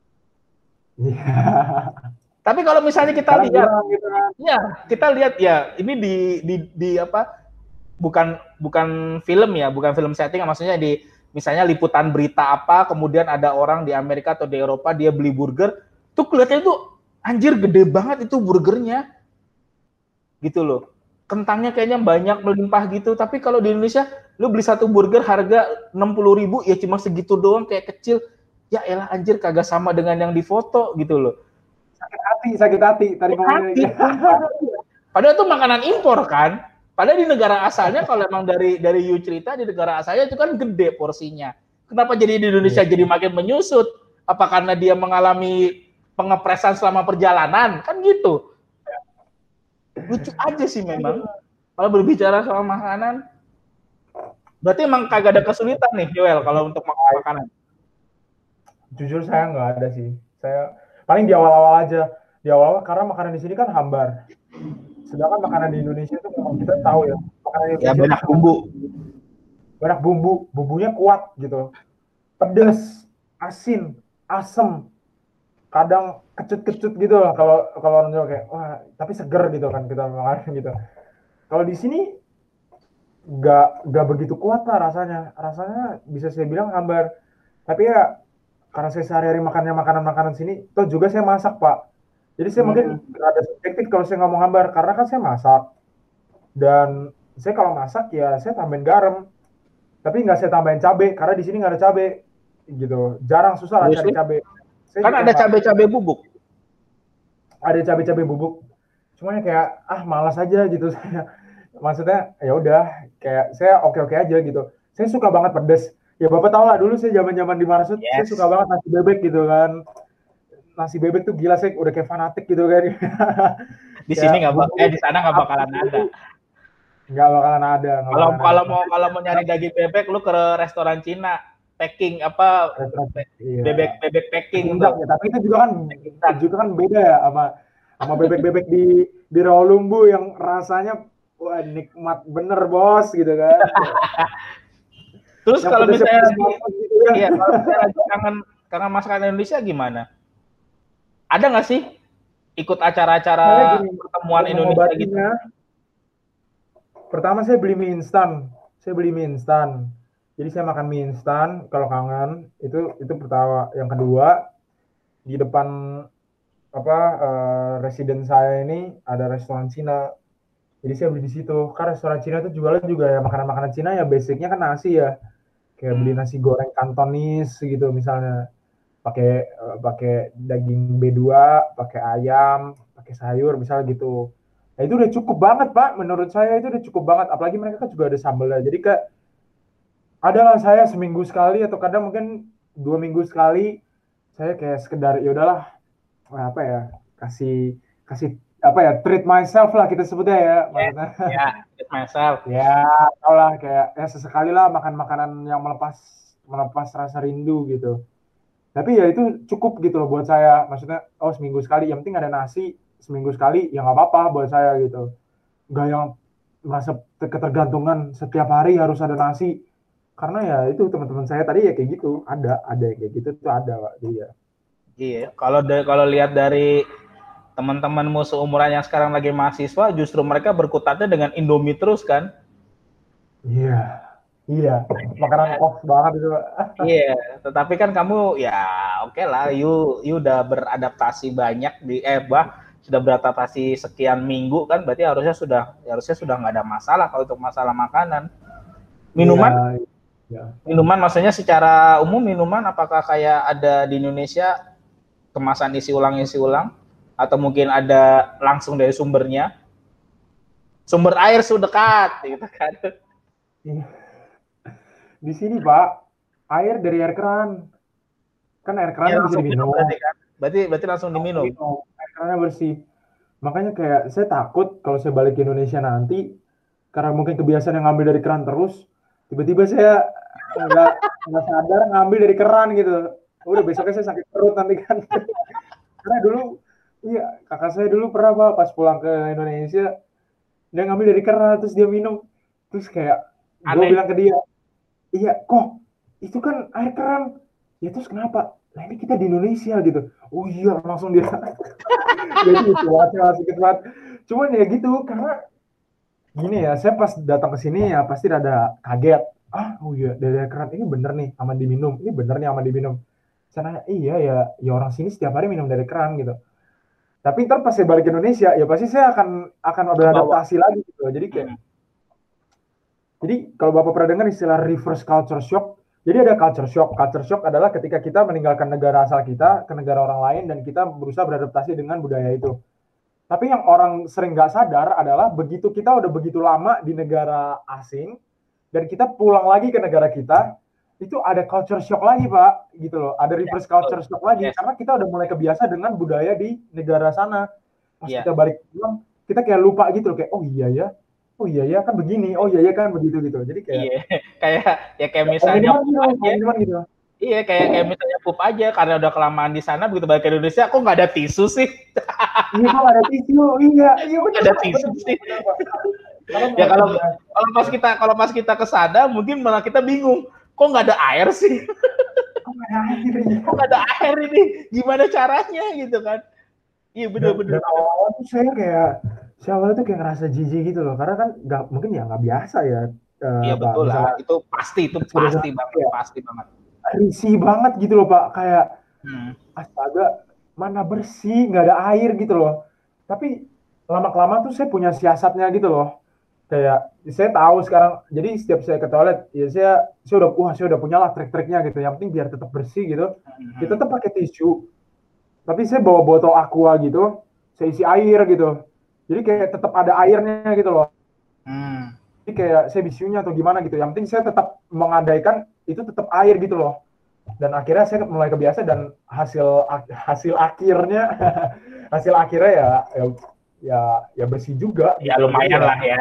Iya. Tapi kalau misalnya kita Karena lihat, kurang gitu kan. ya kita lihat ya ini di di di apa? Bukan bukan film ya, bukan film setting, maksudnya di misalnya liputan berita apa, kemudian ada orang di Amerika atau di Eropa dia beli burger, tuh kelihatannya tuh anjir gede banget itu burgernya, gitu loh. Kentangnya kayaknya banyak melimpah gitu, tapi kalau di Indonesia lu beli satu burger harga enam puluh ribu ya cuma segitu doang kayak kecil, ya elah anjir kagak sama dengan yang di foto gitu loh. Sakit hati, sakit hati tadi ngomongnya. Padahal itu makanan impor kan. Padahal di negara asalnya kalau emang dari dari you cerita di negara asalnya itu kan gede porsinya. Kenapa jadi di Indonesia yeah. jadi makin menyusut? Apa karena dia mengalami pengepresan selama perjalanan? Kan gitu. Lucu aja sih memang. Kalau berbicara soal makanan, berarti emang kagak ada kesulitan nih, Joel, kalau untuk makan makanan. Jujur saya nggak ada sih. Saya paling di awal-awal aja. Di awal-awal karena makanan di sini kan hambar. Sedangkan makanan di Indonesia itu memang kita tahu ya, makanan Indonesia ya banyak bumbu, banyak bumbu, bumbunya kuat gitu, pedas, asin, asam, kadang kecut-kecut gitu lah kalau kalau orang Jawa kayak wah tapi seger gitu kan kita makan gitu. Kalau di sini nggak nggak begitu kuat lah rasanya, rasanya bisa saya bilang hambar. Tapi ya karena saya sehari-hari makannya makanan-makanan sini, toh juga saya masak pak. Jadi saya hmm. mungkin ada subjektif kalau saya ngomong hambar, karena kan saya masak. Dan saya kalau masak ya saya tambahin garam. Tapi nggak saya tambahin cabai, karena di sini nggak ada cabai. Gitu. Jarang, susah lah cari cabai. Kan ada cabai-cabai bubuk. Ada cabai-cabai bubuk. Cuma kayak, ah malas aja gitu. Maksudnya, ya udah, kayak saya oke-oke aja gitu. Saya suka banget pedes. Ya Bapak tau lah, dulu saya zaman-zaman di Marsud, yes. Saya suka banget nasi bebek gitu kan. Nasi bebek tuh gila, saya udah kayak fanatik gitu kan. Di sini nggak bak, eh di sana nggak bakalan ada. Nggak bakalan ada. Kalau kalau mau kalau mau nyari daging bebek, lu ke restoran Cina, packing apa iya. bebek bebek packing. Tuh. Ya, tapi itu juga kan itu juga kan beda ya sama sama bebek-bebek di di Rawalumbu yang rasanya wah nikmat bener bos gitu kan. Terus yang kalau misalnya lagi, gitu kan? Iya, kalau misalnya lagi kangen kangen masakan Indonesia gimana? Ada nggak sih ikut acara-acara gini, pertemuan Indonesia gitu? Pertama saya beli mie instan, saya beli mie instan. Jadi saya makan mie instan kalau kangen, itu itu pertama. Yang kedua, di depan apa uh, residen saya ini ada restoran Cina. Jadi saya beli di situ. Karena restoran Cina itu jualnya juga ya makanan-makanan Cina ya basicnya kan nasi ya. Kayak beli nasi goreng Kantonis gitu misalnya. Pakai uh, pakai daging B dua, pakai ayam, pakai sayur misalnya gitu. Nah itu udah cukup banget Pak, menurut saya itu udah cukup banget. Apalagi mereka kan juga ada sambalnya. Jadi kayak adalah saya seminggu sekali atau kadang mungkin dua minggu sekali saya kayak sekedar ya udahlah apa ya kasih kasih apa ya, treat myself lah kita sebutnya ya, maksudnya. Ya, ya, treat myself. Ya, tau lah kayak ya sesekali lah makan makanan yang melepas melepas rasa rindu gitu. Tapi ya itu cukup gitu loh buat saya. Maksudnya, oh seminggu sekali, yang penting ada nasi seminggu sekali, ya nggak apa-apa buat saya gitu. Nggak yang merasa ketergantungan setiap hari harus ada nasi. Karena ya itu teman-teman saya tadi ya kayak gitu, ada ada yang kayak gitu tuh ada Pak. Jadi ya. Iya, kalau de- kalau lihat dari teman-temanmu seumuran yang sekarang lagi mahasiswa, justru mereka berkutatnya dengan Indomie terus kan? Iya, iya, makanan koks banget itu Pak. Iya, tetapi kan kamu ya oke okay lah, you you udah beradaptasi banyak di eh bah sudah beradaptasi sekian minggu kan, berarti harusnya sudah harusnya sudah nggak ada masalah kalau untuk masalah makanan. Minuman, Iya, iya. minuman maksudnya secara umum minuman apakah kayak ada di Indonesia kemasan isi ulang isi ulang atau mungkin ada langsung dari sumbernya? Sumber air sudah dekat gitu kan. Iya. Di sini Pak, air dari air keran. Kan air keran Ya, bisa langsung minum diminum. berarti kan? Berarti berarti langsung diminum. Air kerannya bersih. Makanya kayak saya takut kalau saya balik ke Indonesia nanti, karena mungkin kebiasaan yang ngambil dari keran terus, tiba-tiba saya nggak nggak sadar ngambil dari keran gitu. Udah besoknya saya sakit perut nanti kan. Karena dulu, iya kakak saya dulu pernah Pak, pas pulang ke Indonesia, dia ngambil dari keran terus dia minum. Terus kayak gue bilang ke dia, iya kok itu kan air keran. Ya terus kenapa? Nah ini kita di Indonesia gitu. Oh iya langsung dia. Jadi itu banget masih banget. Cuman ya gitu karena gini ya, saya pas datang ke sini ya pasti ada kaget. Ah, oh iya dari air keran ini bener nih aman diminum. Ini bener nih aman diminum. Saya nanya, iya ya, ya orang sini setiap hari minum dari keran gitu. Tapi ntar pas saya balik ke Indonesia, ya pasti saya akan akan beradaptasi lagi gitu. Jadi kayak, hmm. jadi kalau Bapak pernah dengar istilah reverse culture shock, jadi ada culture shock. Culture shock adalah ketika kita meninggalkan negara asal kita ke negara orang lain dan kita berusaha beradaptasi dengan budaya itu. Tapi yang orang sering nggak sadar adalah begitu kita udah begitu lama di negara asing dan kita pulang lagi ke negara kita, itu ada culture shock lagi Pak, gitu loh. Ada reverse culture shock lagi karena kita udah mulai kebiasa dengan budaya di negara sana. Pas yeah. kita balik pulang, kita kayak lupa gitu loh, kayak oh iya ya, oh iya ya kan begini, oh iya ya kan begitu gitu. Jadi kayak iya. kayak ya kayak misalnya gitu, gitu. Iya kayak kayak misalnya pup aja karena udah kelamaan di sana begitu balik ke Indonesia kok nggak ada tisu sih? Iya kok nggak ada tisu, iya iya nggak ada tisu sih. Ya kalau kalau pas kita kalau pas kita ke sana mungkin malah kita bingung kok nggak ada air sih? Kok nggak ada air? Kok nggak ada air ini? Gimana caranya gitu kan? Iya benar-benar. Awal tuh saya kayak saya awalnya tuh kayak ngerasa jijik gitu loh karena kan nggak mungkin ya nggak biasa ya. Iya betul lah itu pasti itu pasti banget ya. pasti banget. Risih banget gitu loh Pak kayak hmm. astaga mana bersih nggak ada air gitu loh tapi lama-kelamaan tuh saya punya siasatnya gitu loh kayak saya tahu sekarang jadi setiap saya ke toilet ya saya saya udah wah saya udah punya lah trik-triknya gitu yang penting biar tetap bersih gitu hmm. kita tetap pakai tisu tapi saya bawa botol aqua gitu saya isi air gitu jadi kayak tetap ada airnya gitu loh hmm. jadi kayak saya bisunya atau gimana gitu yang penting saya tetap mengandaikan itu tetap air gitu loh dan akhirnya saya mulai kebiasa dan hasil hasil akhirnya hasil akhirnya ya ya ya, ya bersih juga ya gitu. Lumayan ya. Lah ya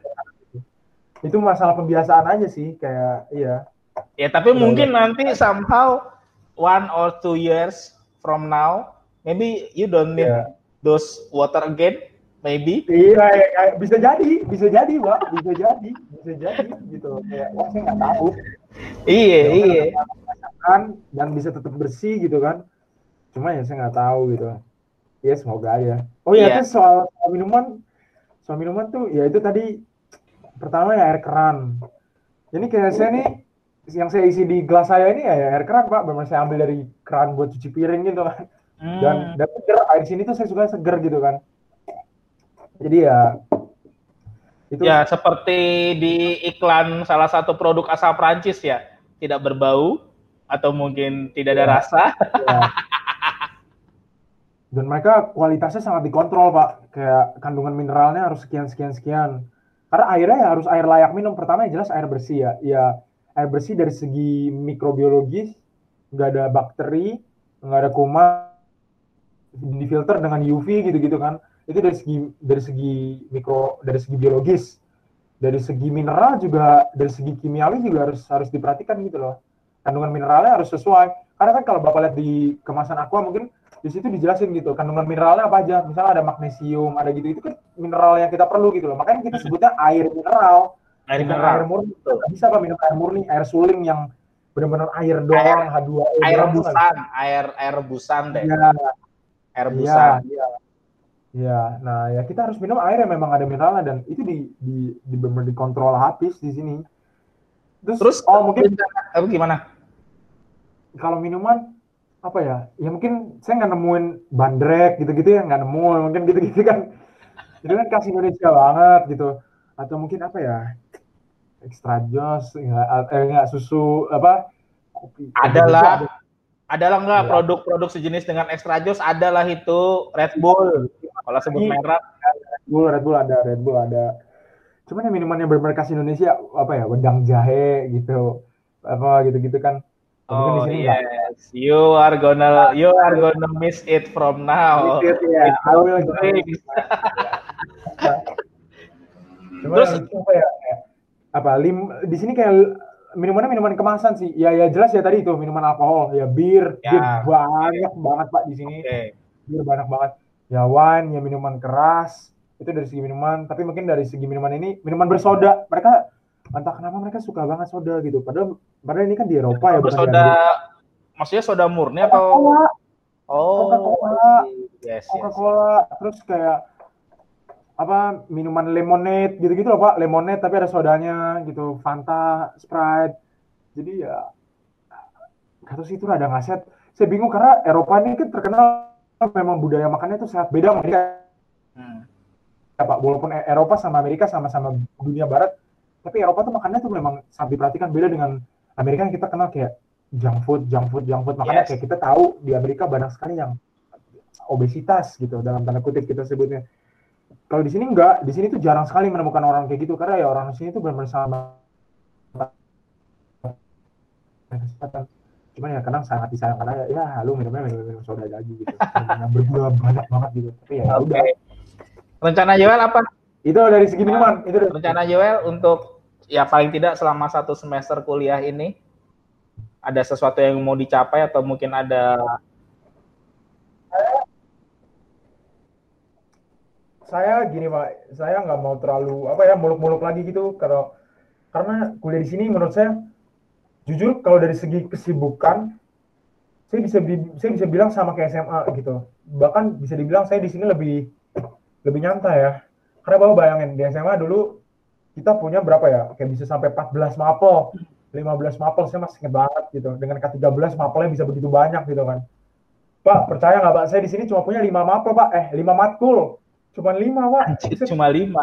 itu masalah pembiasaan aja sih kayak iya ya tapi ya, mungkin ya. Nanti somehow one or two years from now maybe you don't need yeah. those water again maybe iya ya, bisa jadi bisa jadi Pak bisa jadi bisa jadi gitu kayak wah saya nggak tahu iya ya, iya kan dan bisa tetap bersih gitu kan cuma ya saya nggak tahu gitu ya semoga aja oh ya yeah. Terus soal, soal minuman soal minuman tuh ya itu tadi pertama ya air keran ini kayak saya nih yang saya isi di gelas saya ini ya air keran Pak benar saya ambil dari keran buat cuci piring gitu kan hmm. dan dan seger air sini tuh saya suka seger gitu kan jadi ya itu ya seperti di iklan salah satu produk asal Prancis ya tidak berbau atau mungkin tidak ada ya, rasa ya. Dan mereka kualitasnya sangat dikontrol Pak kayak kandungan mineralnya harus sekian sekian sekian karena airnya ya harus air layak minum pertama yang jelas air bersih ya ya air bersih dari segi mikrobiologis nggak ada bakteri nggak ada kuman difilter dengan U V gitu-gitu kan Itu dari segi dari segi mikro, dari segi biologis, dari segi mineral juga, dari segi kimiawi juga harus harus diperhatikan gitu loh. Kandungan mineralnya harus sesuai. Karena kan kalau Bapak lihat di kemasan aqua mungkin di situ dijelasin gitu kandungan mineralnya apa aja. Misalnya ada magnesium, ada gitu. Itu kan mineral yang kita perlu gitu loh. Makanya kita sebutnya air mineral. Air bukan mineral. air murni. Nggak bisa Pak minum air murni, air suling yang benar-benar air doang, H dua O. Air rebusan, air air rebusan deh. Iya. Air rebusan. Iya. Iya. Nah, ya kita harus minum air yang memang ada mineralnya dan itu di di di benar dikontrol habis di sini. Terus, Terus oh mungkin apa gimana? Kalau minuman apa ya? Ya mungkin saya nggak nemuin bandrek gitu-gitu ya, nggak nemu mungkin gitu-gitu kan. Itu kan khas Indonesia banget gitu. Atau mungkin apa ya? Extra jos, nggak eh, nggak susu apa? Kopi. Adalah Ada. adalah nggak Ya. produk-produk sejenis dengan extra jos adalah itu Red Bull. Kalau sebut merek Red Bull, Red Bull ada, Red Bull ada. Cuman yang minumannya bermerek khas Indonesia apa ya? Wedang jahe gitu. Apa gitu-gitu kan. Ya, mungkin di Oh sini yes, enggak. you are gonna you are gonna miss it from now. Miss it, yeah. I will drink. Terus apa ya? Apa lim di sini kayak minumannya minuman kemasan sih. Ya ya jelas ya tadi itu minuman alkohol, ya bir, Ya, bir banyak okay. banget Pak di sini. Okay. Bir banyak banget. Ya wine, ya minuman keras. Itu dari segi minuman, tapi mungkin dari segi minuman ini minuman bersoda. Mereka entah kenapa mereka suka banget soda gitu. Padahal padahal ini kan di Eropa ya, bukan soda, di Amerika. Maksudnya soda murni atau Coca-Cola. Oh, Coca-Cola. Yes, Coca-Cola. Yes, yes. Terus kayak apa minuman lemonade gitu-gitu loh Pak, lemonade tapi ada sodanya gitu, Fanta, Sprite. Jadi ya kata sih itu rada ngaset. Saya bingung karena Eropa ini kan terkenal memang budaya makannya itu sangat beda Amerika. Hmm. Ya Pak, walaupun Eropa sama Amerika sama-sama dunia barat, tapi Eropa tuh makannya tuh memang sangat diperhatikan, beda dengan Amerika yang kita kenal kayak junk food, junk food, junk food. Makanya yes. kayak kita tahu di Amerika banyak sekali yang obesitas gitu dalam tanda kutip kita sebutnya. Kalau di sini enggak, di sini tuh jarang sekali menemukan orang kayak gitu karena ya orang di sini tuh benar-benar sama kesehatan. Cuman ya kadang sangat disayang karena ya lu minumnya minum, minum soda aja gitu. Yang bergula banyak banget gitu. Tapi ya okay. udah. Rencana Joel apa? Itu dari segi minuman. Nah, itu dari... Rencana Joel untuk ya paling tidak selama satu semester kuliah ini ada sesuatu yang mau dicapai atau mungkin ada saya gini Pak, saya nggak mau terlalu apa ya muluk-muluk lagi gitu kalau karena kuliah di sini menurut saya jujur kalau dari segi kesibukan saya bisa saya bisa bilang sama kayak S M A gitu, bahkan bisa dibilang saya di sini lebih lebih nyantai ya karena Bapak bayangin di S M A dulu kita punya berapa ya kayak bisa sampai empat belas mapel, lima belas mapel, saya masih ingat banget gitu, dengan K tiga belas mapelnya bisa begitu banyak gitu kan. Pak percaya nggak Pak, saya di sini cuma punya lima mapel Pak, eh lima matkul. Cuma lima, Pak. Cuma lima.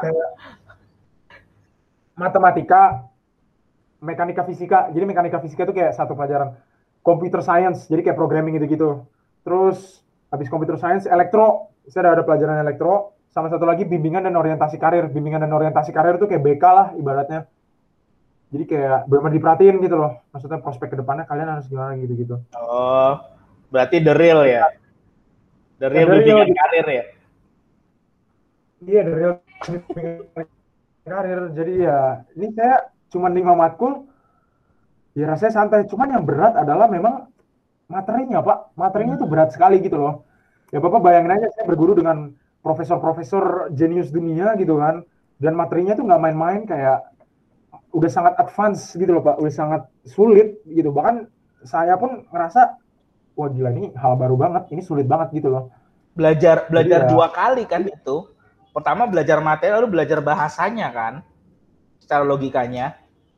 Matematika, mekanika fisika. Jadi mekanika fisika itu kayak satu pelajaran. Computer science, jadi kayak programming gitu-gitu. Terus habis computer science, elektro. Saya ada pelajaran elektro. Sama satu lagi bimbingan dan orientasi karir. Bimbingan dan orientasi karir itu kayak B K lah ibaratnya. Jadi kayak benar-benar diperhatiin gitu loh. Maksudnya prospek ke depannya kalian harus gimana gitu-gitu. Oh, berarti the real ya? The real ya, bimbingan real, karir ya? Iya dari karir, jadi ya ini saya cuma lima matkul, ya rasanya santai. Cuman yang berat adalah memang materinya Pak, materinya itu berat sekali gitu loh. Ya Bapak bayangin aja saya berguru dengan profesor-profesor jenius dunia gitu kan, dan materinya tuh nggak main-main, kayak udah sangat advance gitu loh Pak, udah sangat sulit gitu. Bahkan saya pun ngerasa wah gila ini hal baru banget, ini sulit banget gitu loh. Belajar belajar jadi, dua ya, kali kan itu. Pertama belajar materi, lalu belajar bahasanya kan, secara logikanya.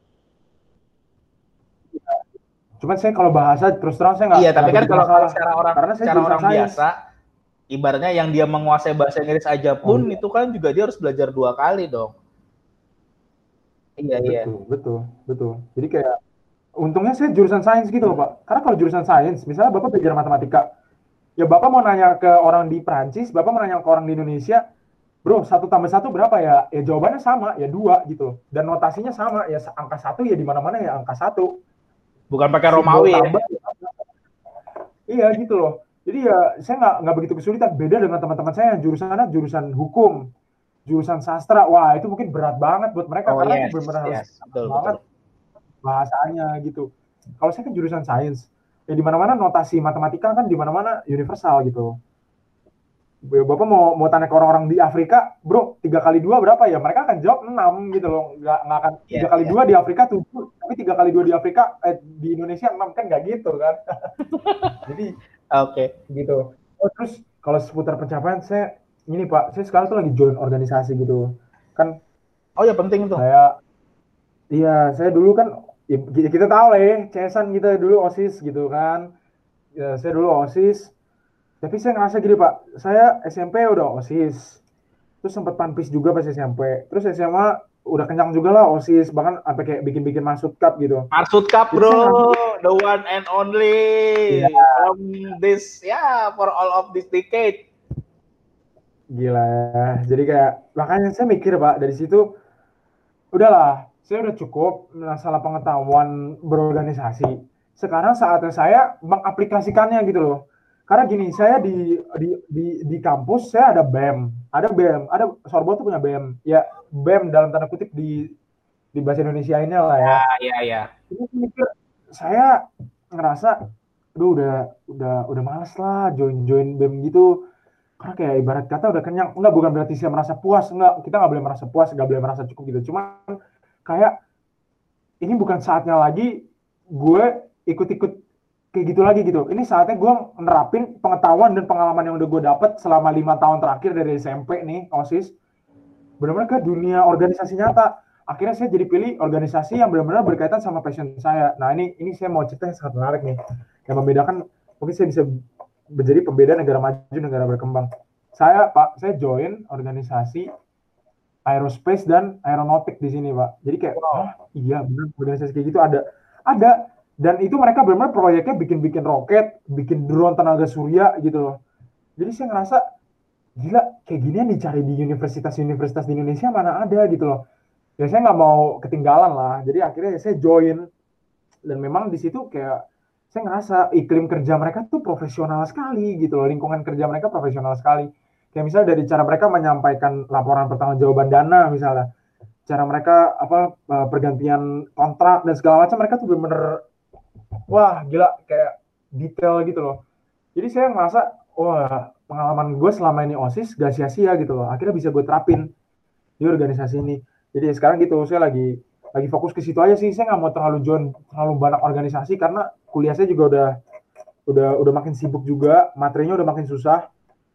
Cuman saya kalau bahasa terus terang saya nggak. Iya, tapi kan kalau kalau secara orang, karena secara orang biasa, ibaratnya yang dia menguasai bahasa Inggris aja pun, oh, iya. itu kan juga dia harus belajar dua kali dong. Iya, betul, iya. Betul, betul. Jadi kayak, untungnya saya jurusan sains gitu loh Pak. Karena kalau jurusan sains, misalnya Bapak belajar matematika, ya Bapak mau nanya ke orang di Prancis, Bapak mau nanya ke orang di Indonesia, bro, satu tambah satu berapa ya? Ya jawabannya sama, ya dua gitu. Dan notasinya sama, ya angka satu ya di mana-mana ya angka satu. Bukan pakai Romawi ya? Iya gitu loh. Jadi ya saya nggak nggak begitu kesulitan. Beda dengan teman-teman saya yang jurusannya jurusan hukum, jurusan sastra. Wah itu mungkin berat banget buat mereka Oh karena itu yes, benar-benar harus yes, betul betul. banget bahasanya gitu. Kalau saya kan jurusan sains, ya di mana-mana notasi matematika kan di mana-mana universal gitu. Bapak mau mau tanya ke orang-orang di Afrika, bro, tiga kali dua berapa ya? Mereka akan jawab enam gitu loh. Nggak, nggak akan tiga Yes, kali yes. dua di Afrika tujuh, tapi tiga kali dua di Afrika, eh, di Indonesia enam kan nggak gitu kan? Jadi Oke. Okay. gitu. Oh, terus kalau seputar pencapaian, saya ini Pak, saya sekarang tuh lagi join organisasi gitu. Kan Oh ya penting tuh. saya, iya saya dulu kan, ya, kita tahu lah ya, C S-an kita dulu OSIS gitu kan. Ya, saya dulu OSIS, tapi saya ngerasa gini Pak, saya S M P udah OSIS, terus sempat panpis juga pas S M P, terus S M A udah kenyang juga lah OSIS, bahkan sampai kayak bikin-bikin Marsud Cup gitu. Marsud Cup Jadi saya ngerasa, bro, the one and only ya, from this, ya yeah, for all of this decade. gila ya. Jadi kayak, makanya saya mikir Pak, dari situ, udahlah, saya udah cukup masalah pengetahuan berorganisasi. Sekarang saatnya saya mengaplikasikannya gitu loh. Karena gini, saya di di di, di kampus saya ada B E M, ada B E M, ada Sorbonne tuh punya B E M. Ya B E M dalam tanda kutip di di bahasa Indonesia ini lah ya. Ya, ya, ya. Ini mikir, saya ngerasa, aduh udah udah udah males lah join join B E M gitu. Karena kayak ibarat kata udah kenyang. Enggak, bukan berarti saya merasa puas, enggak. Kita nggak boleh merasa puas, nggak boleh merasa cukup gitu. Cuman kayak ini bukan saatnya lagi gue ikut-ikut kayak gitu lagi gitu. Ini saatnya gue nerapin pengetahuan dan pengalaman yang udah gue dapet selama lima tahun terakhir dari S M P nih, OSIS, benar-benar ke dunia organisasi nyata. Akhirnya saya jadi pilih organisasi yang benar-benar berkaitan sama passion saya. Nah ini ini saya mau cerita yang sangat menarik nih. Yang membedakan, mungkin saya bisa menjadi pembeda negara maju, negara berkembang. Saya Pak, saya join organisasi aerospace dan aeronautik di sini Pak. Jadi kayak, Wow. ah iya benar organisasi kayak gitu ada, ada. Dan itu mereka benar-benar proyeknya bikin-bikin roket, bikin drone tenaga surya gitu loh. Jadi saya ngerasa gila kayak ginian dicari di universitas-universitas di Indonesia mana ada gitu loh. Ya saya nggak mau ketinggalan lah. Jadi akhirnya saya join dan memang di situ kayak saya ngerasa iklim kerja mereka tuh profesional sekali gitu loh. Lingkungan kerja mereka profesional sekali. Kayak misalnya dari cara mereka menyampaikan laporan pertanggungjawaban dana misalnya, cara mereka apa pergantian kontrak dan segala macam, mereka tuh bener-bener wah gila kayak detail gitu loh. Jadi saya ngerasa wah pengalaman gue selama ini OSIS gak sia-sia gitu loh. Akhirnya bisa gue terapin di organisasi ini. Jadi sekarang gitu saya lagi lagi fokus ke situ aja sih. Saya nggak mau terlalu join terlalu banyak organisasi karena kuliah saya juga udah udah udah makin sibuk juga, materinya udah makin susah.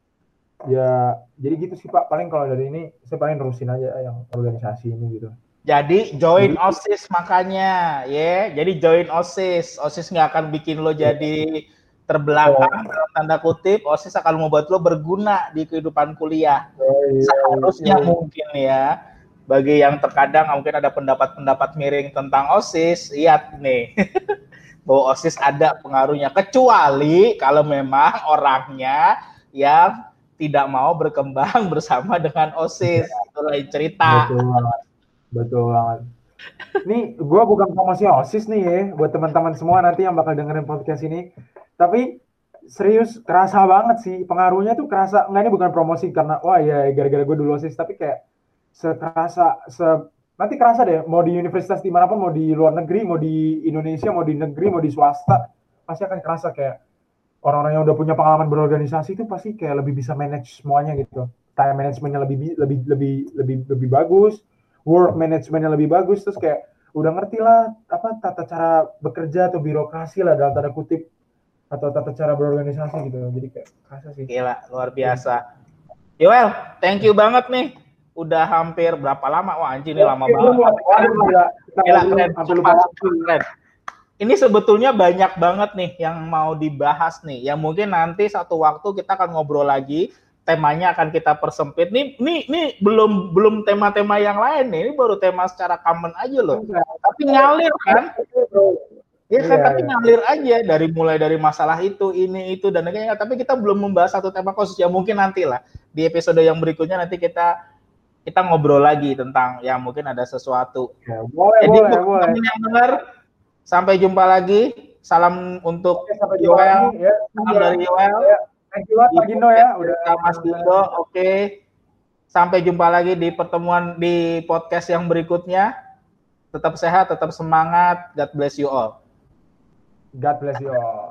Ya jadi gitu sih Pak, paling kalau dari ini saya paling terusin aja yang organisasi ini gitu. Jadi join jadi, OSIS makanya ya, yeah. Jadi join OSIS. OSIS nggak akan bikin lo jadi terbelakang dalam tanda kutip. OSIS akan membuat lo berguna di kehidupan kuliah. Oh, iya, seharusnya iya. Mungkin ya, bagi yang terkadang mungkin ada pendapat-pendapat miring tentang OSIS, lihat nih bahwa OSIS ada pengaruhnya, kecuali kalau memang orangnya yang tidak mau berkembang bersama dengan OSIS. Itu lain cerita. Betul banget. Betul banget. Nih, gue bukan promosi OSIS nih ya, buat teman-teman semua nanti yang bakal dengerin podcast ini. Tapi serius, kerasa banget sih. Pengaruhnya tuh kerasa, enggak ini bukan promosi karena, wah ya gara-gara gue dulu OSIS. Tapi kayak sekerasa, se, nanti kerasa deh, mau di universitas dimanapun, mau di luar negeri, mau di Indonesia, mau di negeri, mau di swasta, pasti akan kerasa kayak orang-orang yang udah punya pengalaman berorganisasi itu pasti kayak lebih bisa manage semuanya gitu. Time managementnya lebih lebih lebih lebih lebih bagus, work managementnya lebih bagus, terus kayak udah ngerti lah apa tata cara bekerja atau birokrasi lah dalam tanda kutip atau tata cara berorganisasi gitu. Jadi kayak kerasa sih. Gila, luar biasa. Yoel, thank you banget nih. Udah hampir berapa lama? Wah anjir ini lama banget. Gila, keren. Keren. Ini sebetulnya banyak banget nih yang mau dibahas nih. Yang mungkin nanti satu waktu kita akan ngobrol lagi. Temanya akan kita persempit. Nih, nih, nih belum belum tema-tema yang lain nih. Ini baru tema secara common aja loh. Tapi ngalir kan? Ya kan, yeah, tapi yeah. ngalir aja dari mulai dari masalah itu, ini, itu dan lain-lain. Tapi kita belum membahas satu tema khusus. Ya mungkin nanti lah di episode yang berikutnya nanti kita kita ngobrol lagi tentang ya mungkin ada sesuatu. Ya, boleh, Jadi boleh, boleh. Yang dengar, sampai jumpa lagi. Salam untuk Oke, sampai jumpa Yoel. lagi, ya. Salam dari Yoel. Ya. Thank you banget Pak Gindo ya udah Mas Gindo. Oke. Sampai jumpa lagi di pertemuan di podcast yang berikutnya. Tetap sehat, tetap semangat. God bless you all. God bless you all.